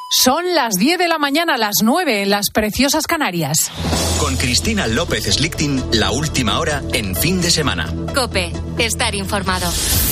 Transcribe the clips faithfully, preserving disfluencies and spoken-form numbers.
Son las diez de la mañana, las nueve en las preciosas Canarias. Con Cristina López Slichting, la última hora en Fin de Semana. COPE, estar informado.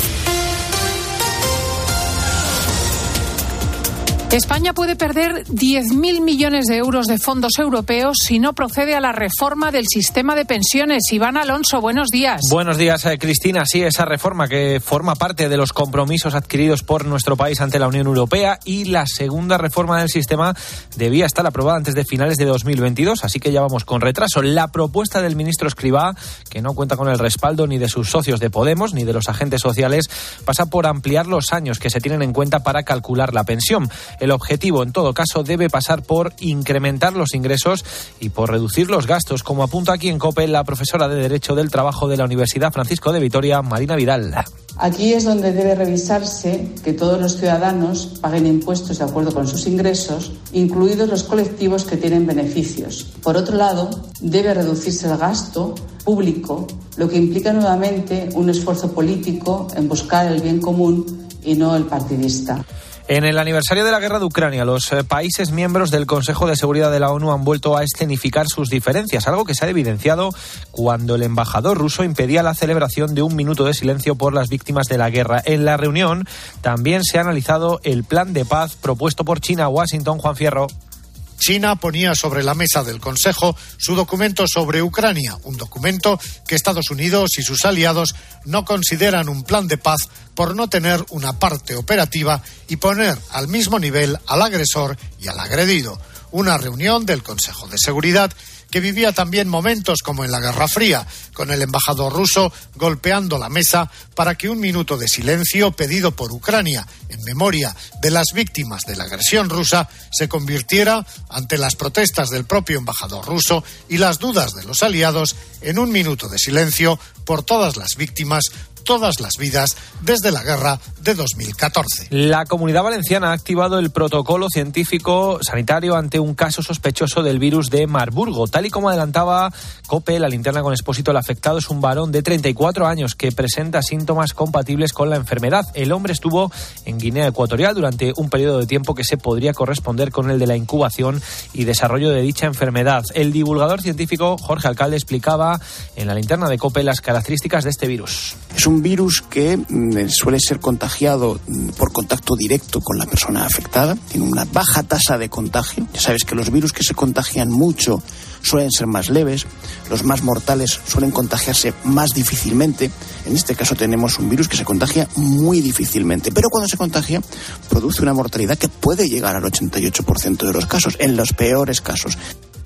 España puede perder diez mil millones de euros de fondos europeos si no procede a la reforma del sistema de pensiones. Iván Alonso, buenos días. Buenos días, eh, Cristina. Sí, esa reforma que forma parte de los compromisos adquiridos por nuestro país ante la Unión Europea, y la segunda reforma del sistema debía estar aprobada antes de finales de dos mil veintidós, así que ya vamos con retraso. La propuesta del ministro Escrivá, que no cuenta con el respaldo ni de sus socios de Podemos ni de los agentes sociales, pasa por ampliar los años que se tienen en cuenta para calcular la pensión. El objetivo, en todo caso, debe pasar por incrementar los ingresos y por reducir los gastos, como apunta aquí en COPE la profesora de Derecho del Trabajo de la Universidad Francisco de Vitoria, Marina Vidal. Aquí es donde debe revisarse que todos los ciudadanos paguen impuestos de acuerdo con sus ingresos, incluidos los colectivos que tienen beneficios. Por otro lado, debe reducirse el gasto público, lo que implica nuevamente un esfuerzo político en buscar el bien común y no el partidista. En el aniversario de la guerra de Ucrania, los países miembros del Consejo de Seguridad de la ONU han vuelto a escenificar sus diferencias, algo que se ha evidenciado cuando el embajador ruso impedía la celebración de un minuto de silencio por las víctimas de la guerra. En la reunión también se ha analizado el plan de paz propuesto por China. Washington, Juan Fierro. China ponía sobre la mesa del Consejo su documento sobre Ucrania, un documento que Estados Unidos y sus aliados no consideran un plan de paz por no tener una parte operativa y poner al mismo nivel al agresor y al agredido. Una reunión del Consejo de Seguridad que vivía también momentos como en la Guerra Fría, con el embajador ruso golpeando la mesa para que un minuto de silencio pedido por Ucrania en memoria de las víctimas de la agresión rusa se convirtiera, ante las protestas del propio embajador ruso y las dudas de los aliados, en un minuto de silencio por todas las víctimas, todas las vidas desde la guerra de dos mil catorce. La Comunidad Valenciana ha activado el protocolo científico sanitario ante un caso sospechoso del virus de Marburgo. Tal y como adelantaba COPE, la linterna con Expósito, el afectado es un varón de treinta y cuatro años que presenta síntomas compatibles con la enfermedad. El hombre estuvo en Guinea Ecuatorial durante un periodo de tiempo que se podría corresponder con el de la incubación y desarrollo de dicha enfermedad. El divulgador científico Jorge Alcalde explicaba en la linterna de COPE las características de este virus. Es un virus que mm, suele ser contagiado mm, por contacto directo con la persona afectada. Tiene una baja tasa de contagio. Ya sabes que los virus que se contagian mucho suelen ser más leves. Los más mortales suelen contagiarse más difícilmente. En este caso tenemos un virus que se contagia muy difícilmente. Pero cuando se contagia, produce una mortalidad que puede llegar al ochenta y ocho por ciento de los casos, en los peores casos.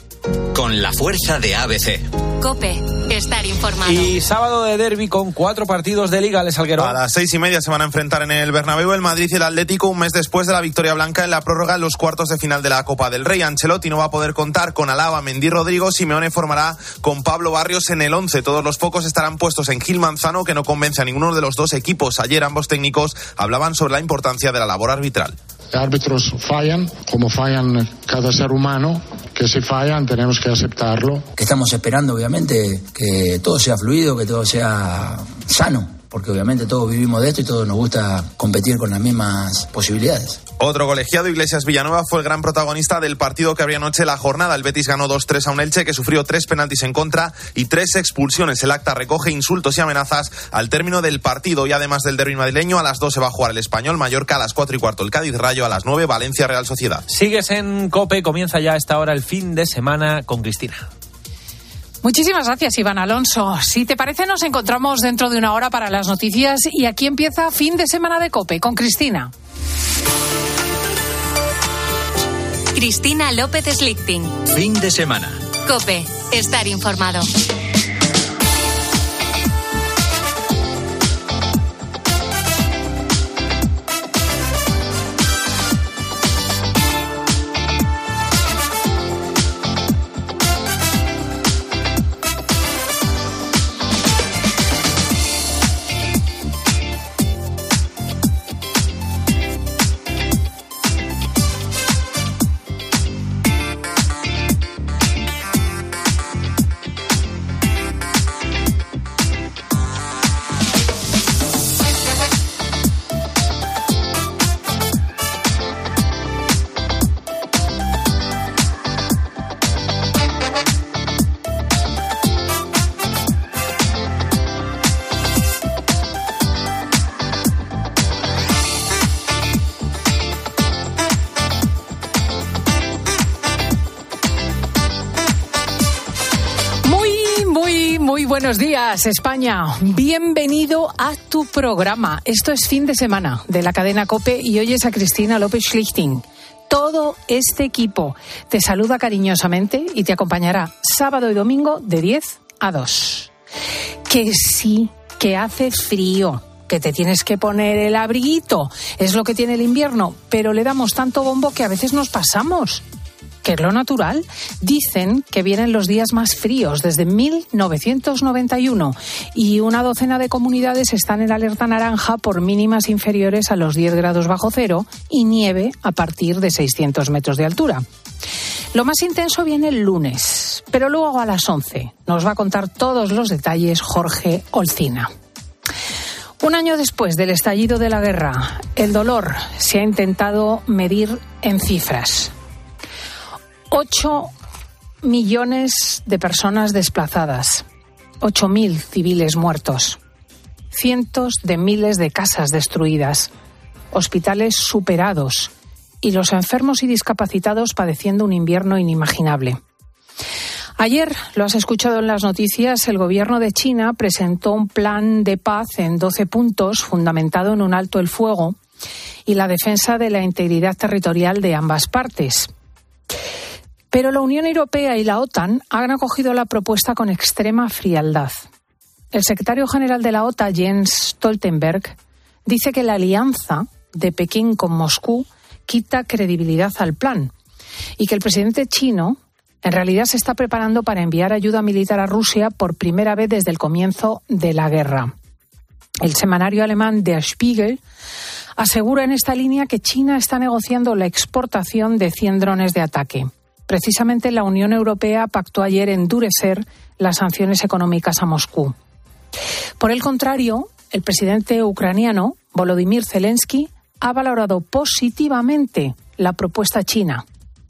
Con la fuerza de A B C. COPE, estar informado. Y sábado de derbi con cuatro partidos de Liga, Les Salguero. A las seis y media se van a enfrentar en el Bernabéu el Madrid y el Atlético, un mes después de la victoria blanca en la prórroga en los cuartos de final de la Copa del Rey. Ancelotti no va a poder contar con Alaba, Mendy, Rodrigo. Simeone formará con Pablo Barrios en el once. Todos los focos estarán puestos en Gil Manzano, que no convence a ninguno de los dos equipos. Ayer ambos técnicos hablaban sobre la importancia de la labor arbitral. Árbitros fallan, como fallan cada ser humano, que si fallan tenemos que aceptarlo. Que estamos esperando, obviamente, que todo sea fluido, que todo sea sano, porque obviamente todos vivimos de esto y todos nos gusta competir con las mismas posibilidades. Otro colegiado, Iglesias Villanueva, fue el gran protagonista del partido que abría anoche la jornada. El Betis ganó dos tres a un Elche que sufrió tres penaltis en contra y tres expulsiones. El acta recoge insultos y amenazas al término del partido. Y además del derbi madrileño, a las dos se va a jugar el Español, Mallorca, a las cuatro y cuarto el Cádiz Rayo, a las nueve Valencia Real Sociedad. Sigues en COPE, comienza ya a esta hora el fin de semana con Cristina. Muchísimas gracias, Iván Alonso. Si te parece, nos encontramos dentro de una hora para las noticias y aquí empieza Fin de Semana de COPE con Cristina. Cristina López Slichting. Fin de semana. COPE, estar informado. Buenos días, España. Bienvenido a tu programa. Esto es Fin de Semana de la cadena COPE y oyes a Cristina López Schlichting. Todo este equipo te saluda cariñosamente y te acompañará sábado y domingo de diez a dos. Que sí, que hace frío, que te tienes que poner el abriguito. Es lo que tiene el invierno, pero le damos tanto bombo que a veces nos pasamos. Que es lo natural. Dicen que vienen los días más fríos desde mil novecientos noventa y uno y una docena de comunidades están en alerta naranja por mínimas inferiores a los diez grados bajo cero y nieve a partir de seiscientos metros de altura. Lo más intenso viene el lunes, pero luego a las once nos va a contar todos los detalles Jorge Olcina. Un año después del estallido de la guerra, el dolor se ha intentado medir en cifras. Ocho millones de personas desplazadas, ocho mil civiles muertos, cientos de miles de casas destruidas, hospitales superados y los enfermos y discapacitados padeciendo un invierno inimaginable. Ayer, lo has escuchado en las noticias, el gobierno de China presentó un plan de paz en doce puntos fundamentado en un alto el fuego y la defensa de la integridad territorial de ambas partes. Pero la Unión Europea y la OTAN han acogido la propuesta con extrema frialdad. El secretario general de la OTAN, Jens Stoltenberg, dice que la alianza de Pekín con Moscú quita credibilidad al plan y que el presidente chino en realidad se está preparando para enviar ayuda militar a Rusia por primera vez desde el comienzo de la guerra. El semanario alemán Der Spiegel asegura en esta línea que China está negociando la exportación de cien drones de ataque. Precisamente la Unión Europea pactó ayer endurecer las sanciones económicas a Moscú. Por el contrario, el presidente ucraniano, Volodymyr Zelensky, ha valorado positivamente la propuesta china.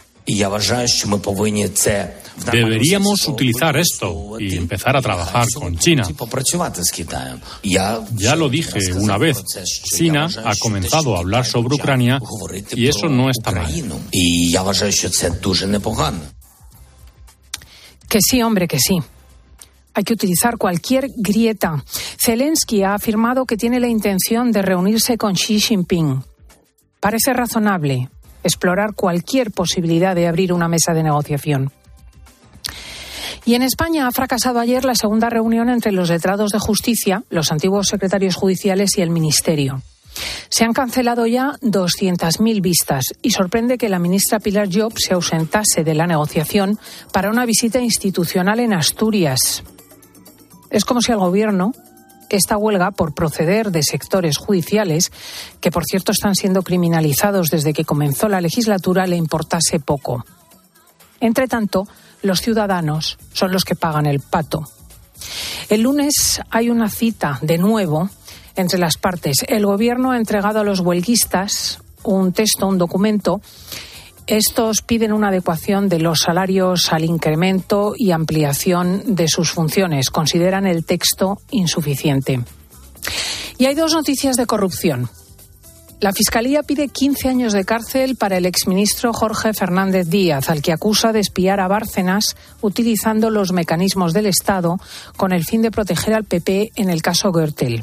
Deberíamos utilizar esto y empezar a trabajar con China. Ya lo dije una vez, China ha comenzado a hablar sobre Ucrania y eso no está mal. Que sí, hombre, que sí. Hay que utilizar cualquier grieta. Zelensky ha afirmado que tiene la intención de reunirse con Xi Jinping. Parece razonable explorar cualquier posibilidad de abrir una mesa de negociación. Y en España ha fracasado ayer la segunda reunión entre los letrados de justicia, los antiguos secretarios judiciales y el Ministerio. Se han cancelado ya doscientas mil vistas y sorprende que la ministra Pilar Llop se ausentase de la negociación para una visita institucional en Asturias. Es como si al Gobierno esta huelga por proceder de sectores judiciales, que por cierto están siendo criminalizados desde que comenzó la legislatura, le importase poco. Entre tanto, los ciudadanos son los que pagan el pato. El lunes hay una cita, de nuevo, entre las partes. El Gobierno ha entregado a los huelguistas un texto, un documento. Estos piden una adecuación de los salarios al incremento y ampliación de sus funciones. Consideran el texto insuficiente. Y hay dos noticias de corrupción. La Fiscalía pide quince años de cárcel para el exministro Jorge Fernández Díaz, al que acusa de espiar a Bárcenas utilizando los mecanismos del Estado con el fin de proteger al P P en el caso Gürtel.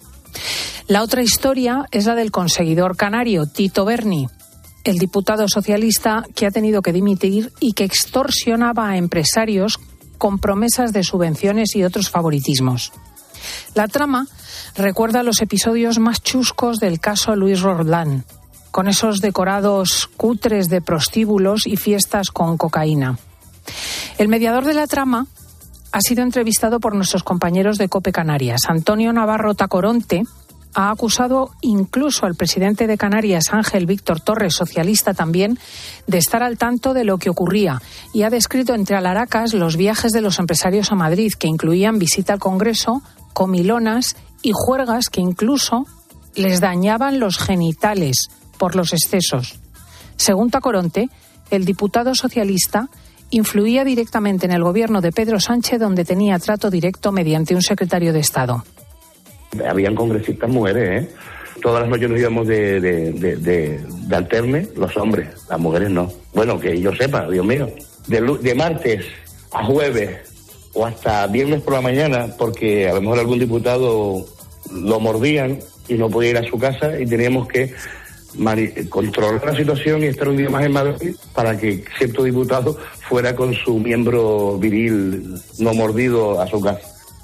La otra historia es la del conseguidor canario Tito Berni, el diputado socialista que ha tenido que dimitir y que extorsionaba a empresarios con promesas de subvenciones y otros favoritismos. La trama recuerda los episodios más chuscos del caso Luis Roldán, con esos decorados cutres de prostíbulos y fiestas con cocaína. El mediador de la trama ha sido entrevistado por nuestros compañeros de COPE Canarias. Antonio Navarro Tacoronte ha acusado incluso al presidente de Canarias, Ángel Víctor Torres, socialista también, de estar al tanto de lo que ocurría y ha descrito entre alaracas los viajes de los empresarios a Madrid, que incluían visita al Congreso, comilonas y juergas que incluso les dañaban los genitales por los excesos. Según Tacoronte, el diputado socialista influía directamente en el gobierno de Pedro Sánchez, donde tenía trato directo mediante un secretario de Estado. Habían congresistas mujeres, ¿eh? Todas las noches nos íbamos de, de, de, de, de alterne, los hombres, las mujeres no. Bueno, que yo sepa, Dios mío. De, de martes a jueves o hasta viernes por la mañana, porque a lo mejor algún diputado lo mordían y no podía ir a su casa y teníamos que controlar la situación y estar un día más en Madrid para que cierto diputado fuera con su miembro viril no mordido a su casa.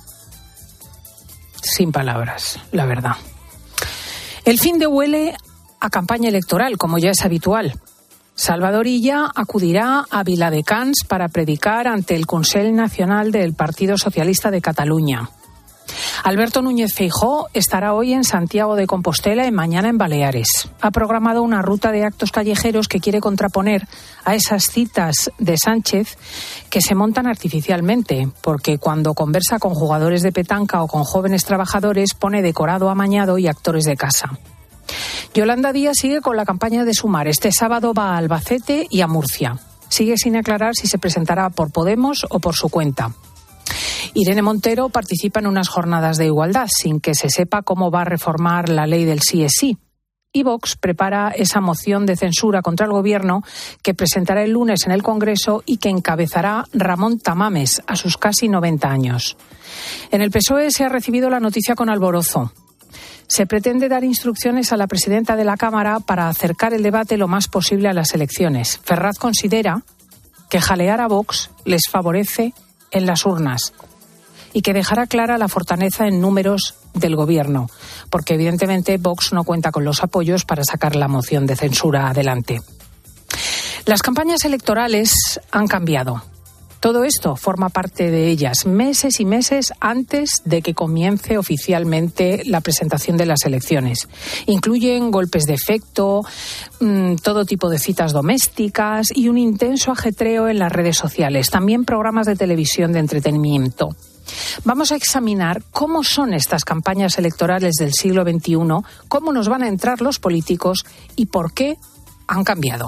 Sin palabras, la verdad. El fin de huele a campaña electoral, como ya es habitual. Salvador Illa acudirá a Viladecans para predicar ante el Consell Nacional del Partido Socialista de Cataluña. Alberto Núñez Feijóo estará hoy en Santiago de Compostela y mañana en Baleares. Ha programado una ruta de actos callejeros que quiere contraponer a esas citas de Sánchez que se montan artificialmente, porque cuando conversa con jugadores de petanca o con jóvenes trabajadores pone decorado amañado y actores de casa. Yolanda Díaz sigue con la campaña de Sumar. Este sábado va a Albacete y a Murcia. Sigue sin aclarar si se presentará por Podemos o por su cuenta. Irene Montero participa en unas jornadas de igualdad, sin que se sepa cómo va a reformar la ley del sí es sí. Y Vox prepara esa moción de censura contra el Gobierno que presentará el lunes en el Congreso y que encabezará Ramón Tamames, a sus casi noventa años. En el P S O E se ha recibido la noticia con alborozo. Se pretende dar instrucciones a la presidenta de la Cámara para acercar el debate lo más posible a las elecciones. Ferraz considera que jalear a Vox les favorece en las urnas y que dejará clara la fortaleza en números del Gobierno, porque evidentemente Vox no cuenta con los apoyos para sacar la moción de censura adelante. Las campañas electorales han cambiado. Todo esto forma parte de ellas, meses y meses antes de que comience oficialmente la presentación de las elecciones. Incluyen golpes de efecto, mmm, todo tipo de citas domésticas y un intenso ajetreo en las redes sociales. También programas de televisión de entretenimiento. Vamos a examinar cómo son estas campañas electorales del siglo veintiuno, cómo nos van a entrar los políticos y por qué han cambiado.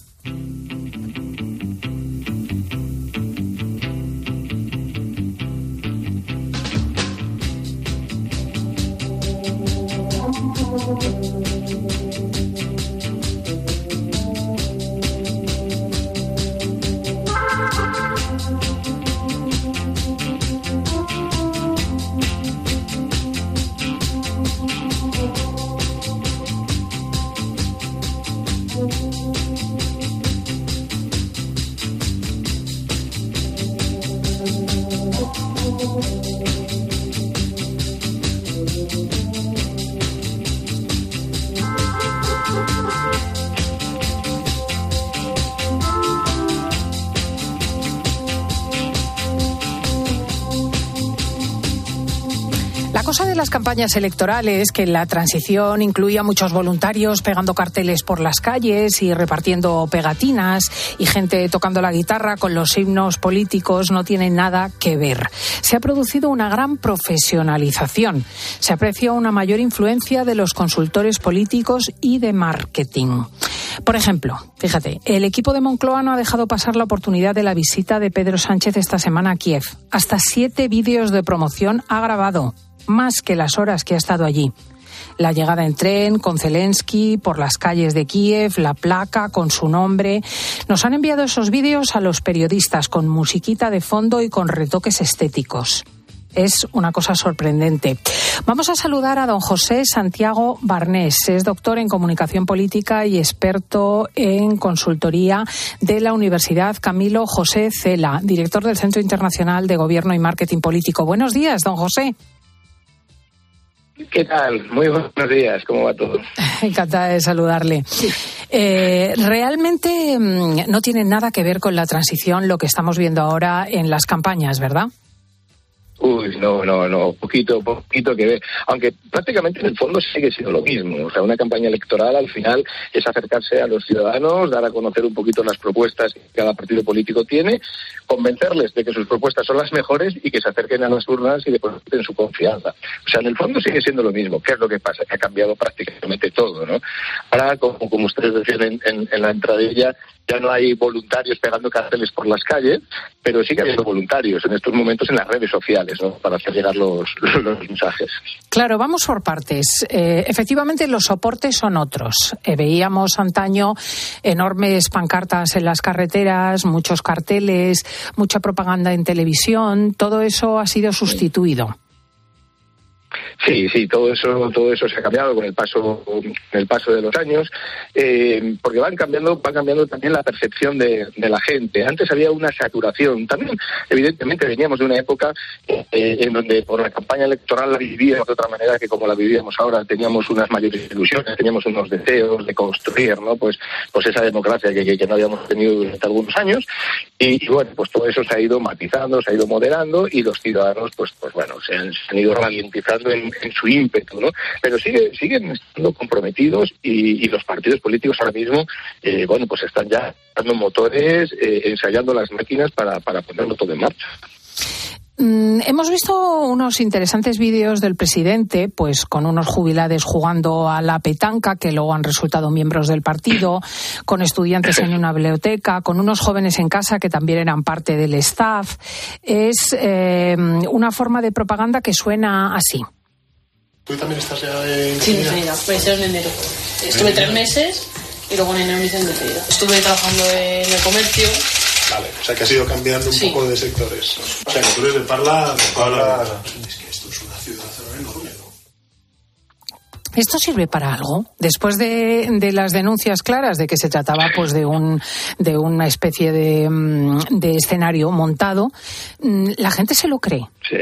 La cosa de las campañas electorales es que la transición incluía muchos voluntarios pegando carteles por las calles y repartiendo pegatinas y gente tocando la guitarra con los himnos políticos no tiene nada que ver. Se ha producido una gran profesionalización. Se aprecia una mayor influencia de los consultores políticos y de marketing. Por ejemplo, fíjate, el equipo de Moncloa no ha dejado pasar la oportunidad de la visita de Pedro Sánchez esta semana a Kiev. Hasta siete vídeos de promoción ha grabado, más que las horas que ha estado allí. La llegada en tren con Zelensky por las calles de Kiev, la placa con su nombre. Nos han enviado esos vídeos a los periodistas con musiquita de fondo y con retoques estéticos. Es una cosa sorprendente. Vamos a saludar a don José Santiago Barnés. Es doctor en comunicación política y experto en consultoría de la Universidad Camilo José Cela, director del Centro Internacional de Gobierno y Marketing Político. Buenos días, don José. ¿Qué tal? Muy buenos días, ¿cómo va todo? Encantada de saludarle. Eh, realmente no tiene nada que ver con la transición lo que estamos viendo ahora en las campañas, ¿verdad? Uy, no, no, no, poquito, poquito que ver. Aunque prácticamente en el fondo sigue siendo lo mismo. O sea, una campaña electoral al final es acercarse a los ciudadanos, dar a conocer un poquito las propuestas que cada partido político tiene, convencerles de que sus propuestas son las mejores y que se acerquen a las urnas y depositen su confianza. O sea, en el fondo sigue siendo lo mismo. ¿Qué es lo que pasa? Que ha cambiado prácticamente todo, ¿no? Ahora, como, como ustedes decían en, en, en la entradilla, ya no hay voluntarios pegando carteles por las calles, pero sigue habiendo voluntarios en estos momentos en las redes sociales. sociales, ¿no? Para hacer llegar los, los mensajes. Claro, vamos por partes. Eh, efectivamente, los soportes son otros. Eh, veíamos antaño enormes pancartas en las carreteras, muchos carteles, mucha propaganda en televisión. Todo eso ha sido sustituido. Sí, sí, todo eso, todo eso se ha cambiado con el paso, con el paso de los años, eh, porque van cambiando, van cambiando también la percepción de, de la gente. Antes había una saturación. También, evidentemente, veníamos de una época eh, en donde por la campaña electoral la vivíamos de otra manera que como la vivíamos ahora. Teníamos unas mayores ilusiones, teníamos unos deseos de construir, ¿no? Pues, pues esa democracia que, que, que no habíamos tenido durante algunos años. Y, y bueno, pues todo eso se ha ido matizando, se ha ido moderando y los ciudadanos, pues, pues bueno, se han, se han ido ralentizando en, en su ímpetu, ¿no? Pero sigue, siguen estando comprometidos y, y los partidos políticos ahora mismo, eh, bueno, pues están ya dando motores, eh, ensayando las máquinas para, para ponerlo todo en marcha. Mm, hemos visto unos interesantes vídeos del presidente, pues con unos jubilados jugando a la petanca, que luego han resultado miembros del partido, con estudiantes en una biblioteca, con unos jóvenes en casa que también eran parte del staff. Es eh, una forma de propaganda que suena así. ¿Tú también estás ya en Sí, infinidad, pues en enero. Estuve tres meses y luego en enero me hice indefinida. Estuve trabajando en el comercio. Vale, o sea que has ido cambiando un sí. poco de sectores. O sea que tú eres de Parla, de Parla. Es que esto es una ciudad enorme, ¿no? ¿Esto sirve para algo? Después de, de las denuncias claras de que se trataba pues de un de una especie de, de escenario montado, ¿la gente se lo cree? Sí.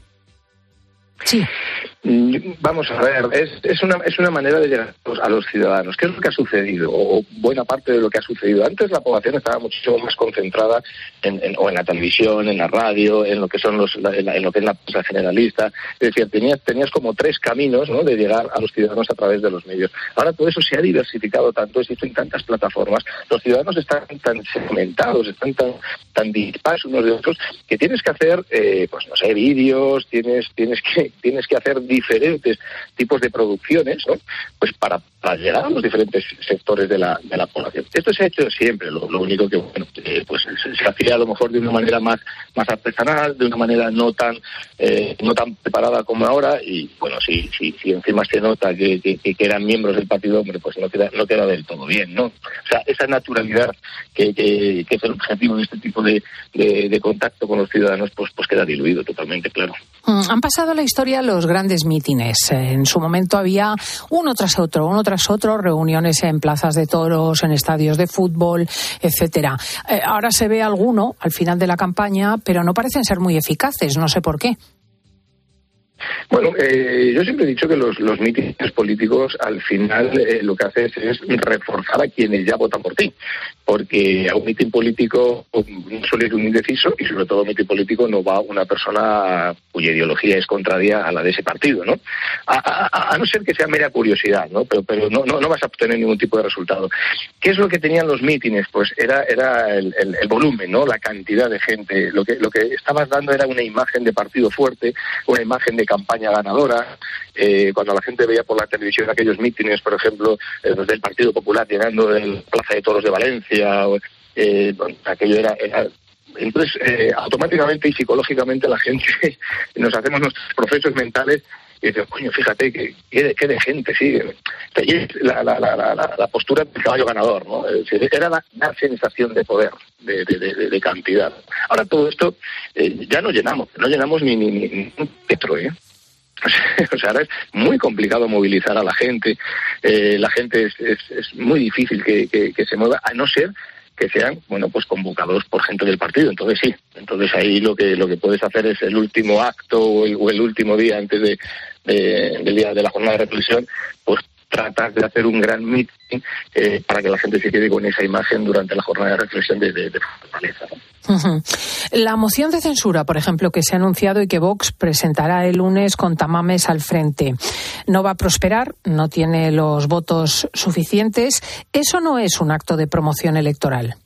Sí. Vamos a ver, es, es una es una manera de llegar a los ciudadanos. ¿Qué es lo que ha sucedido? O buena parte de lo que ha sucedido. Antes la población estaba muchísimo más concentrada en, en, o en la televisión, en la radio, en lo que son los en, la, en lo que es la prensa generalista. Es decir, tenías tenías como tres caminos, ¿no?, de llegar a los ciudadanos a través de los medios. Ahora todo eso se ha diversificado tanto, existen tantas plataformas, los ciudadanos están tan segmentados, están tan tan disparos unos de otros, que tienes que hacer, eh, pues no sé, vídeos, tienes tienes que tienes que hacer diferentes tipos de producciones, ¿no?, pues para, para llegar a los diferentes sectores de la de la población. Esto se ha hecho siempre, lo, lo único que, bueno, eh, pues se, se hacía a lo mejor de una manera más más artesanal, de una manera no tan eh, no tan preparada como ahora, y bueno, si si, si encima se nota que, que, que eran miembros del partido, hombre, pues no queda no queda del todo bien, ¿no? O sea, esa naturalidad que, que, que es el objetivo de este tipo de, de, de contacto con los ciudadanos, pues pues queda diluido totalmente, claro. Han pasado a la historia los grandes mítines. En su momento había uno tras otro, uno tras otro, reuniones en plazas de toros, en estadios de fútbol, etcétera. Eh, ahora se ve alguno al final de la campaña, pero no parecen ser muy eficaces, no sé por qué. Bueno, eh, yo siempre he dicho que los, los mítines políticos al final eh, lo que haces es reforzar a quienes ya votan por ti, porque a un mitin político no suele ir un indeciso y sobre todo a un mitin político no va una persona cuya ideología es contraria a la de ese partido, ¿no? A, a, a no ser que sea mera curiosidad, ¿no? Pero, pero no, no, no vas a obtener ningún tipo de resultado. ¿Qué es lo que tenían los mítines? Pues era, era el, el, el volumen, ¿no? La cantidad de gente. Lo que, lo que estabas dando era una imagen de partido fuerte, una imagen de campaña ganadora. Eh, cuando la gente veía por la televisión aquellos mítines, por ejemplo, eh, del Partido Popular llegando en Plaza de Toros de Valencia, eh, bueno, aquello era, era entonces eh, automáticamente y psicológicamente la gente nos hacemos nuestros procesos mentales y decimos, coño, fíjate que qué de, de gente sigue. La, la, la, la, la postura del caballo ganador, ¿no? Era la, la sensación de poder, de, de, de, de cantidad. Ahora todo esto eh, ya no llenamos, no llenamos ni, ni, ni un petro, ¿eh? O sea, ahora es muy complicado movilizar a la gente, eh, la gente es, es, es muy difícil que, que, que se mueva, a no ser que sean, bueno, pues convocados por gente del partido. Entonces sí, entonces ahí lo que lo que puedes hacer es el último acto o el, o el último día antes de, de, del día de la jornada de reflexión, pues tratar de hacer un gran meeting eh, para que la gente se quede con esa imagen durante la jornada de reflexión de, de, de fortaleza, ¿no? Uh-huh. La moción de censura, por ejemplo, que se ha anunciado y que Vox presentará el lunes con Tamames al frente, no va a prosperar, no tiene los votos suficientes. ¿Eso no es un acto de promoción electoral?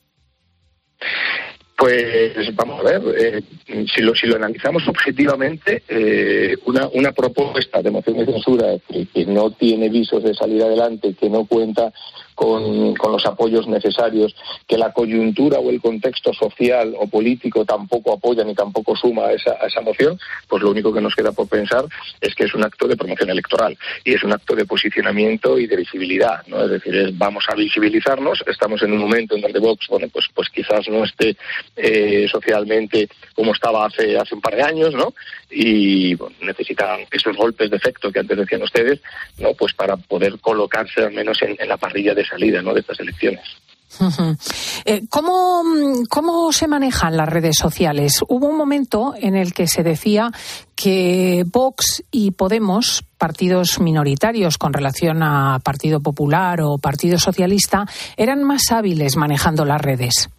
Pues vamos a ver, eh, si lo si lo analizamos objetivamente, eh, una una propuesta de moción de censura que, que no tiene visos de salir adelante, que no cuenta con, con los apoyos necesarios, que la coyuntura o el contexto social o político tampoco apoya ni tampoco suma a esa, a esa moción, pues lo único que nos queda por pensar es que es un acto de promoción electoral y es un acto de posicionamiento y de visibilidad, ¿no? Es decir, es, vamos a visibilizarnos, estamos en un momento en donde Vox, bueno, pues, pues quizás no esté eh, socialmente como estaba hace, hace un par de años, ¿no? Y bueno, necesitan esos golpes de efecto que antes decían ustedes, ¿no? Pues para poder colocarse al menos en, en la parrilla de salida, ¿no? De estas elecciones. Uh-huh. Eh, ¿cómo, ¿Cómo se manejan las redes sociales? Hubo un momento en el que se decía que Vox y Podemos, partidos minoritarios con relación a Partido Popular o Partido Socialista, eran más hábiles manejando las redes.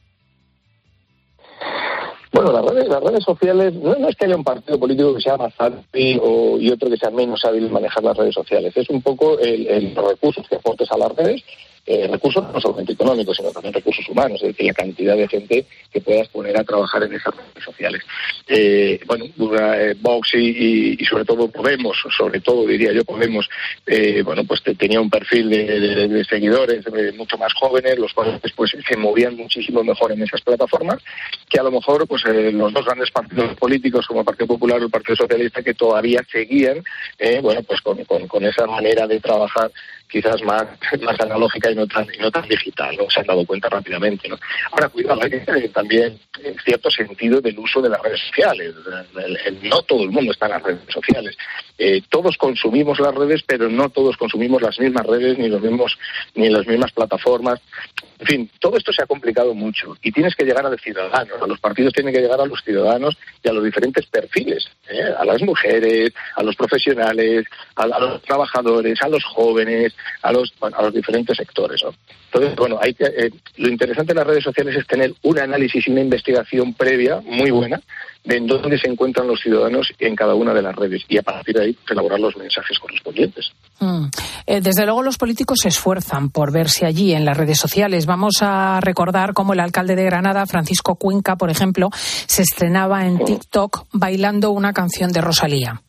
Bueno, las redes, las redes sociales, no, no es que haya un partido político que sea más hábil o, y otro que sea menos hábil en manejar las redes sociales. Es un poco el, el, los recursos que aportes a las redes, eh, recursos no solamente económicos, sino también recursos humanos, es decir, la cantidad de gente que puedas poner a trabajar en esas redes sociales. Eh, bueno, eh, Vox y, y, y sobre todo Podemos, sobre todo diría yo Podemos, eh, bueno, pues te, tenía un perfil de, de, de seguidores eh, mucho más jóvenes, los cuales pues se movían muchísimo mejor en esas plataformas, que a lo mejor pues eh, los dos grandes partidos políticos como el Partido Popular y el Partido Socialista, que todavía seguían, eh, bueno, pues con, con, con esa manera de trabajar quizás más, más analógica y no tan, y no tan digital, ¿no? Se han dado cuenta rápidamente, ¿no? Ahora, cuidado, hay que tener también en cierto sentido del uso de las redes sociales. El, el, no todo el mundo está en las redes sociales. Eh, todos consumimos las redes, pero no todos consumimos las mismas redes, ni los mismos, ni las mismas plataformas. En fin, todo esto se ha complicado mucho y tienes que llegar a los ciudadanos, a los partidos tienen que llegar a los ciudadanos y a los diferentes perfiles, ¿eh? A las mujeres, a los profesionales, a, a los trabajadores, a los jóvenes, a los, bueno, a los diferentes sectores, ¿no? Entonces, bueno, hay que, eh, lo interesante de las redes sociales es tener un análisis y una investigación previa muy buena de en dónde se encuentran los ciudadanos en cada una de las redes y a partir de ahí elaborar los mensajes correspondientes. Mm. Eh, desde luego los políticos se esfuerzan por verse allí en las redes sociales. Vamos a recordar cómo el alcalde de Granada, Francisco Cuenca, por ejemplo, se estrenaba en TikTok bailando una canción de Rosalía.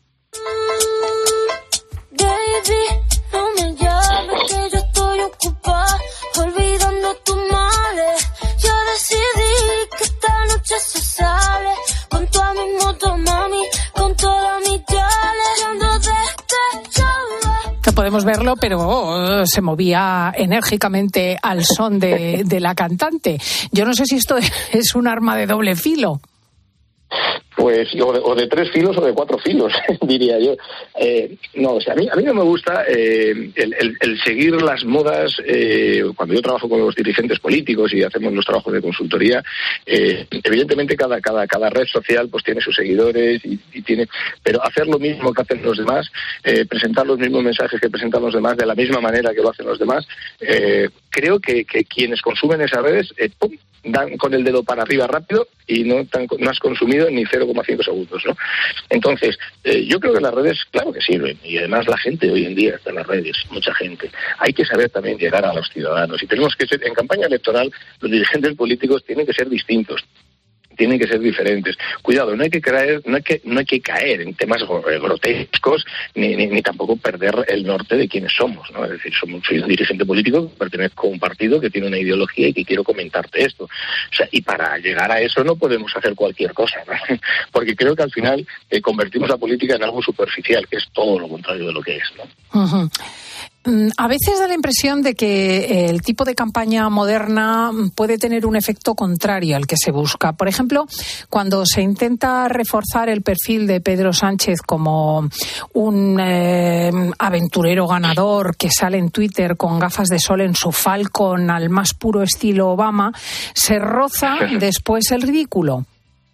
Baby, no me llames que yo estoy ocupada, olvidando tus males. Yo decidí que esta noche se sale con toda mi moto, mami, con toda mi chale, de este chale. No podemos verlo, pero oh, se movía enérgicamente al son de, de la cantante. Yo no sé si esto es un arma de doble filo. Pues, o de, o de tres filos o de cuatro filos, diría yo. Eh, no, o sea, a mí, a mí no me gusta eh, el, el, el seguir las modas. Eh, cuando yo trabajo con los dirigentes políticos y hacemos los trabajos de consultoría, eh, evidentemente cada, cada, cada red social pues tiene sus seguidores y, y tiene, pero hacer lo mismo que hacen los demás, eh, presentar los mismos mensajes que presentan los demás de la misma manera que lo hacen los demás, eh, creo que, que quienes consumen esas redes, eh, pum, dan con el dedo para arriba rápido y no, tan, no has consumido ni cero coma cinco segundos, ¿no? Entonces, eh, yo creo que las redes, claro que sirven, y además la gente hoy en día está en las redes, mucha gente. Hay que saber también llegar a los ciudadanos y tenemos que ser, en campaña electoral, los dirigentes políticos tienen que ser distintos. Tienen que ser diferentes. Cuidado, no hay que caer, no hay que, no hay que caer en temas grotescos ni, ni, ni tampoco perder el norte de quienes somos, ¿no? Es decir, somos, soy un dirigente político, pertenezco a un partido que tiene una ideología y que quiero comentarte esto. O sea, y para llegar a eso no podemos hacer cualquier cosa, ¿no? Porque creo que al final eh, convertimos la política en algo superficial, que es todo lo contrario de lo que es, ¿no? Uh-huh. A veces da la impresión de que el tipo de campaña moderna puede tener un efecto contrario al que se busca. Por ejemplo, cuando se intenta reforzar el perfil de Pedro Sánchez como un eh, aventurero ganador que sale en Twitter con gafas de sol en su Falcon al más puro estilo Obama, se roza después el ridículo.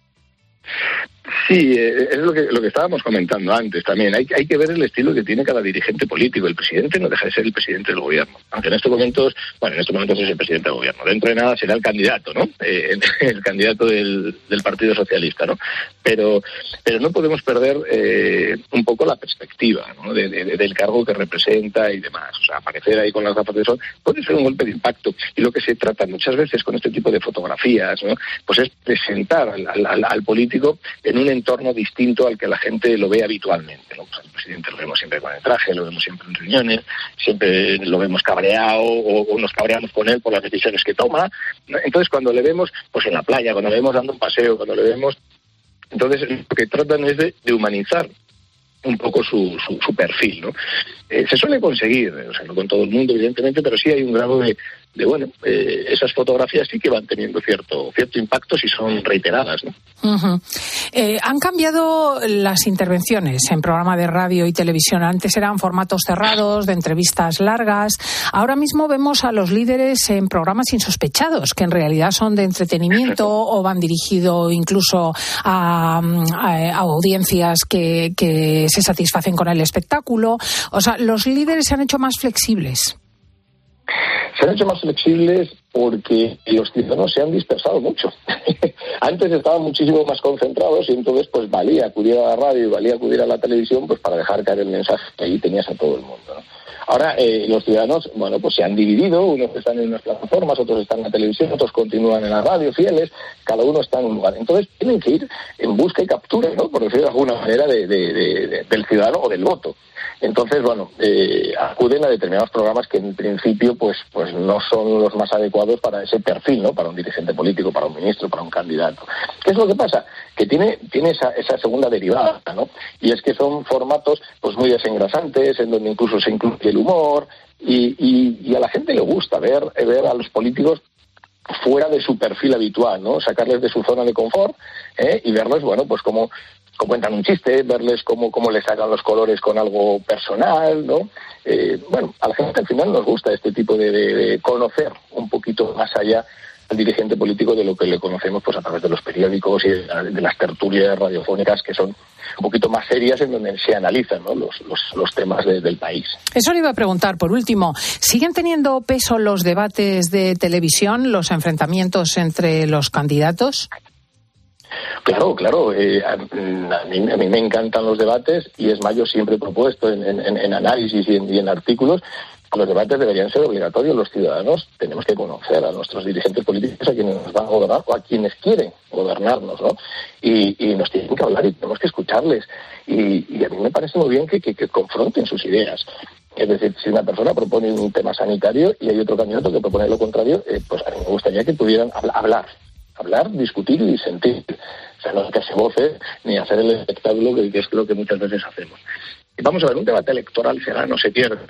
Sí, eh, es lo que lo que estábamos comentando antes también. Hay, hay que ver el estilo que tiene cada dirigente político. El presidente no deja de ser el presidente del gobierno. Aunque en estos momentos, bueno, en estos momentos es el presidente del gobierno. Dentro de nada será el candidato, ¿no? Eh, el, el candidato del, del Partido Socialista, ¿no? Pero, pero no podemos perder eh, un poco la perspectiva, ¿no? De, de, del cargo que representa y demás. O sea, aparecer ahí con las gafas de sol puede ser un golpe de impacto. Y lo que se trata muchas veces con este tipo de fotografías, ¿no? Pues es presentar al, al, al político en un entorno distinto al que la gente lo ve habitualmente, ¿no? Pues al presidente lo vemos siempre con el traje, lo vemos siempre en reuniones, siempre lo vemos cabreado o, o nos cabreamos con él por las decisiones que toma. Entonces, cuando le vemos pues en la playa, cuando le vemos dando un paseo, cuando le vemos... Entonces, lo que tratan es de, de humanizar un poco su, su, su perfil, ¿no? Eh, se suele conseguir, o sea, no con todo el mundo, evidentemente, pero sí hay un grado de, de bueno, eh, esas fotografías sí que van teniendo cierto cierto impacto si son reiteradas, ¿no? Uh-huh. Eh, han cambiado las intervenciones en programa de radio y televisión. Antes eran formatos cerrados, de entrevistas largas. Ahora mismo vemos a los líderes en programas insospechados, que en realidad son de entretenimiento o van dirigidos incluso a, a, a audiencias que, que se satisfacen con el espectáculo. O sea, los líderes se han hecho más flexibles. Se han hecho más flexibles porque los ciudadanos se han dispersado mucho. Antes estaban muchísimo más concentrados y entonces pues valía acudir a la radio y valía acudir a la televisión pues para dejar caer el mensaje que ahí tenías a todo el mundo, ¿no? Ahora eh, los ciudadanos, bueno, pues se han dividido, unos están en unas plataformas, otros están en la televisión, otros continúan en la radio, fieles, cada uno está en un lugar. Entonces tienen que ir en busca y captura, ¿no? Por decirlo de alguna manera, de, de, de, de, del ciudadano o del voto. Entonces, bueno, eh, acuden a determinados programas que en principio pues pues no son los más adecuados para ese perfil, ¿no? Para un dirigente político, para un ministro, para un candidato. ¿Qué es lo que pasa? Que tiene tiene esa, esa segunda derivada, ¿no? Y es que son formatos pues muy desengrasantes, en donde incluso se incluye el humor, y, y, y a la gente le gusta ver, ver a los políticos fuera de su perfil habitual, ¿no? Sacarles de su zona de confort, ¿eh? Y verles, bueno, pues como... como cuentan un chiste, verles cómo, cómo les sacan los colores con algo personal, ¿no? Eh, bueno, a la gente al final nos gusta este tipo de, de, de conocer un poquito más allá al dirigente político de lo que le conocemos pues a través de los periódicos y de, de las tertulias radiofónicas que son un poquito más serias en donde se analizan, ¿no? los, los, los temas de, del país. Eso le iba a preguntar, por último, ¿siguen teniendo peso los debates de televisión, los enfrentamientos entre los candidatos? Claro, claro. Eh, a, a, mí, a mí me encantan los debates y es más, yo siempre he propuesto en, en, en análisis y en, y en artículos que los debates deberían ser obligatorios. Los ciudadanos tenemos que conocer a nuestros dirigentes políticos, a quienes nos van a gobernar o a quienes quieren gobernarnos, ¿no? Y, y nos tienen que hablar y tenemos que escucharles. Y, y a mí me parece muy bien que, que, que confronten sus ideas. Es decir, si una persona propone un tema sanitario y hay otro candidato que propone lo contrario, eh, pues a mí me gustaría que pudieran hablar. hablar, discutir y sentir. O sea, no hacerse voces ni hacer el espectáculo que, que es lo que muchas veces hacemos. Y vamos a ver, un debate electoral se gana o se pierde.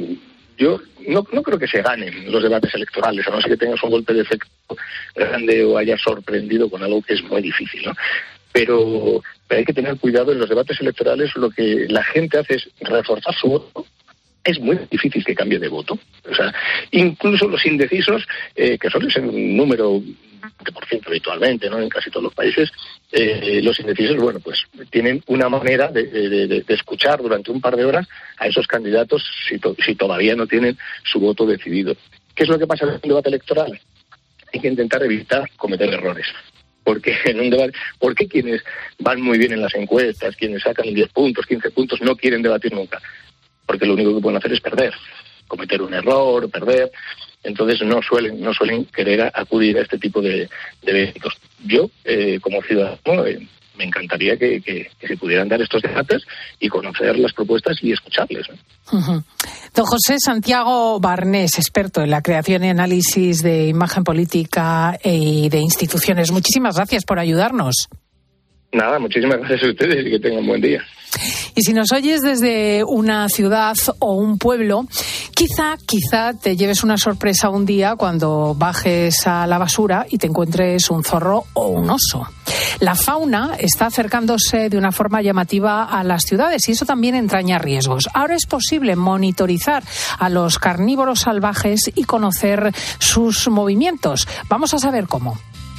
Yo no, no creo que se ganen los debates electorales, a no ser que tengas un golpe de efecto grande o hayas sorprendido con algo que es muy difícil, ¿no? Pero, pero hay que tener cuidado en los debates electorales. Lo que la gente hace es reforzar su voto. Es muy difícil que cambie de voto. O sea, incluso los indecisos, eh, que suelen ser un número veinte por ciento habitualmente, ¿no? En casi todos los países, eh, los indecisos, bueno, pues tienen una manera de, de, de, de escuchar durante un par de horas a esos candidatos si, to, si todavía no tienen su voto decidido. ¿Qué es lo que pasa en un debate electoral? Hay que intentar evitar cometer errores. Porque en un debate, ¿por qué quienes van muy bien en las encuestas, quienes sacan diez puntos, quince puntos, no quieren debatir nunca? Porque lo único que pueden hacer es perder, cometer un error, perder. Entonces no suelen no suelen querer acudir a este tipo de, de eventos. Yo, eh, como ciudadano, eh, me encantaría que, que, que se pudieran dar estos debates y conocer las propuestas y escucharles, ¿no? Uh-huh. Don José Santiago Barnés, experto en la creación y análisis de imagen política y de instituciones. Muchísimas gracias por ayudarnos. Nada, muchísimas gracias a ustedes y que tengan un buen día. Y si nos oyes desde una ciudad o un pueblo, quizá, quizá te lleves una sorpresa un día cuando bajes a la basura y te encuentres un zorro o un oso. La fauna está acercándose de una forma llamativa a las ciudades y eso también entraña riesgos. Ahora es posible monitorizar a los carnívoros salvajes y conocer sus movimientos. Vamos a saber cómo.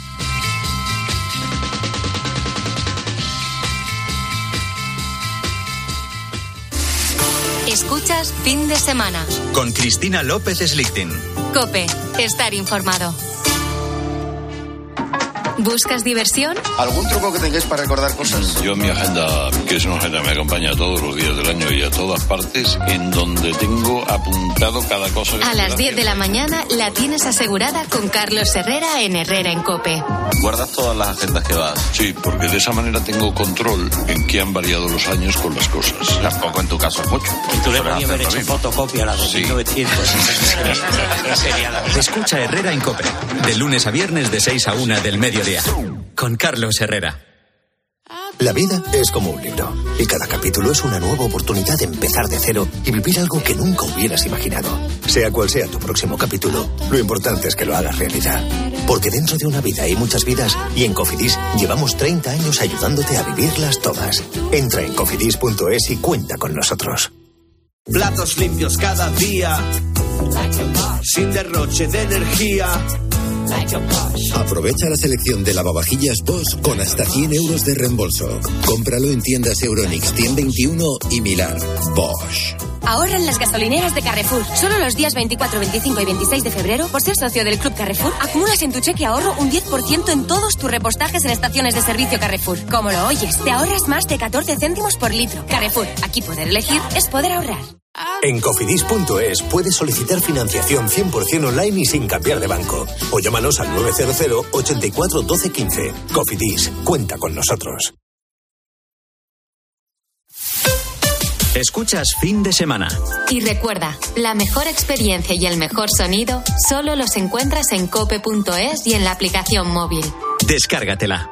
Escuchas Fin de Semana. Con Cristina López Slichting. COPE. Estar informado. ¿Buscas diversión? ¿Algún truco que tengáis para recordar cosas? Yo mi agenda, que es una agenda que me acompaña todos los días del año y a todas partes, en donde tengo apuntado cada cosa. Que a las diez de la mañana la tienes asegurada con Carlos Herrera en Herrera en COPE. ¿Guardas todas las agendas que vas? Sí, porque de esa manera tengo control en qué han variado los años con las cosas. Tampoco en tu caso es mucho. Y tú le podías haber hecho fotocopia a la de mil novecientos. Escucha Herrera en COPE, de lunes a viernes de seis a una del mediodía, con Carlos Herrera. La vida es como un libro, y cada capítulo es una nueva oportunidad de empezar de cero y vivir algo que nunca hubieras imaginado. Sea cual sea tu próximo capítulo, lo importante es que lo hagas realidad. Porque dentro de una vida hay muchas vidas, y en Cofidis llevamos treinta años ayudándote a vivirlas todas. Entra en cofidis punto es y cuenta con nosotros. Platos limpios cada día, sin derroche de energía. Aprovecha la selección de lavavajillas Bosch con hasta cien euros de reembolso. Cómpralo en tiendas Euronics cien veintiuno y Milán. Bosch. Ahorra en las gasolineras de Carrefour. Solo los días veinticuatro, veinticinco y veintiséis de febrero, por ser socio del Club Carrefour, acumulas en tu cheque ahorro un diez por ciento en todos tus repostajes en estaciones de servicio Carrefour. Como lo oyes, te ahorras más de catorce céntimos por litro. Carrefour, aquí poder elegir es poder ahorrar. En cofidis punto es puedes solicitar financiación cien por ciento online y sin cambiar de banco. O llámanos al nueve cero cero, ochenta y cuatro, doce, quince. Cofidis, cuenta con nosotros. Escuchas Fin de Semana. Y recuerda, la mejor experiencia y el mejor sonido solo los encuentras en cope punto es y en la aplicación móvil. Descárgatela.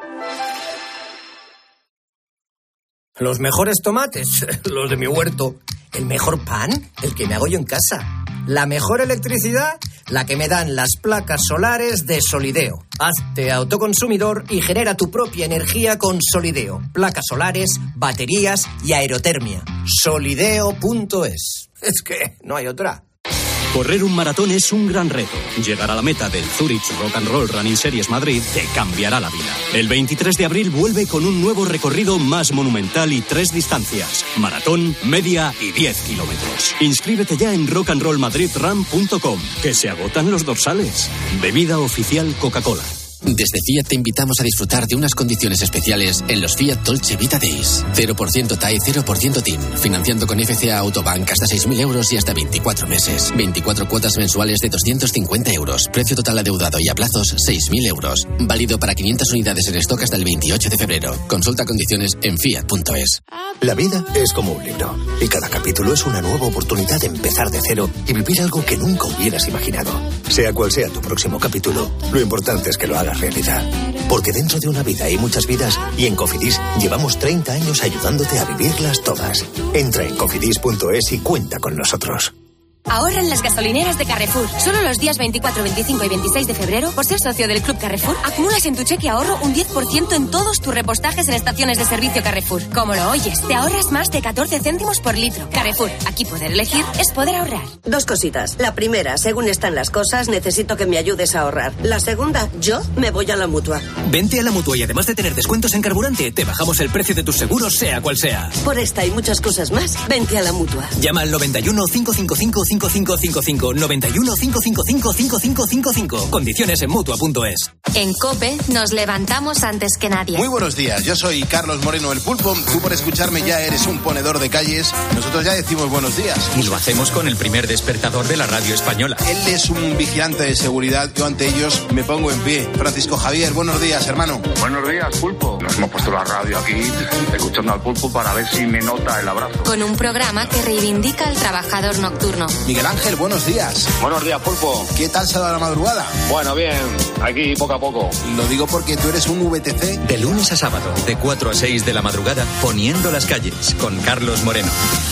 Los mejores tomates, los de mi huerto. El mejor pan, el que me hago yo en casa. La mejor electricidad, la que me dan las placas solares de Solideo. Hazte autoconsumidor y genera tu propia energía con Solideo. Placas solares, baterías y aerotermia. Solideo punto es. Es que no hay otra. Correr un maratón es un gran reto. Llegar a la meta del Zurich Rock and Roll Running Series Madrid te cambiará la vida. El veintitrés de abril vuelve con un nuevo recorrido más monumental y tres distancias: maratón, media y diez kilómetros. Inscríbete ya en rock and roll madrid run punto com, que se agotan los dorsales. Bebida oficial Coca-Cola. Desde Fiat te invitamos a disfrutar de unas condiciones especiales en los Fiat Dolce Vita Days. cero por ciento T A E, cero por ciento T I N. Financiando con F C A Autobank hasta seis mil euros y hasta veinticuatro meses. veinticuatro cuotas mensuales de doscientos cincuenta euros. Precio total adeudado y a plazos seis mil euros. Válido para quinientas unidades en stock hasta el veintiocho de febrero. Consulta condiciones en fiat punto es. La vida es como un libro, y cada capítulo es una nueva oportunidad de empezar de cero y vivir algo que nunca hubieras imaginado. Sea cual sea tu próximo capítulo, lo importante es que lo hagas realidad. Porque dentro de una vida hay muchas vidas, y en Cofidis llevamos treinta años ayudándote a vivirlas todas. Entra en cofidis punto es y cuenta con nosotros. Ahorra en las gasolineras de Carrefour. Solo los días veinticuatro, veinticinco y veintiséis de febrero, por ser socio del Club Carrefour, acumulas en tu cheque ahorro un diez por ciento en todos tus repostajes en estaciones de servicio Carrefour. Como lo oyes, te ahorras más de catorce céntimos por litro. Carrefour, aquí poder elegir es poder ahorrar. Dos cositas. La primera, según están las cosas, necesito que me ayudes a ahorrar. La segunda, yo me voy a la Mutua. Vente a la Mutua y además de tener descuentos en carburante, te bajamos el precio de tus seguros, sea cual sea. Por esta y muchas cosas más, vente a la Mutua. Llama al noventa y uno, cinco cinco cinco, cinco cinco cinco cinco, noventa y uno, cinco cinco cinco, cinco cinco cinco cinco. Condiciones en mutua punto es. En COPE nos levantamos antes que nadie. Muy buenos días, yo soy Carlos Moreno el Pulpo. Tú por escucharme ya eres un ponedor de calles. Nosotros ya decimos buenos días. Y lo hacemos con el primer despertador de la radio española. Él es un vigilante de seguridad. Yo ante ellos me pongo en pie. Francisco Javier, buenos días, hermano. Buenos días, Pulpo. Nos hemos puesto la radio aquí escuchando al Pulpo para ver si me nota el abrazo. Con un programa que reivindica al trabajador nocturno. Miguel Ángel, buenos días. Buenos días, Pulpo. ¿Qué tal se ha dado la madrugada? Bueno, bien. Aquí poco a poco. Lo digo porque tú eres un V T C. De lunes a sábado, de cuatro a seis de la madrugada, poniendo las calles, con Carlos Moreno.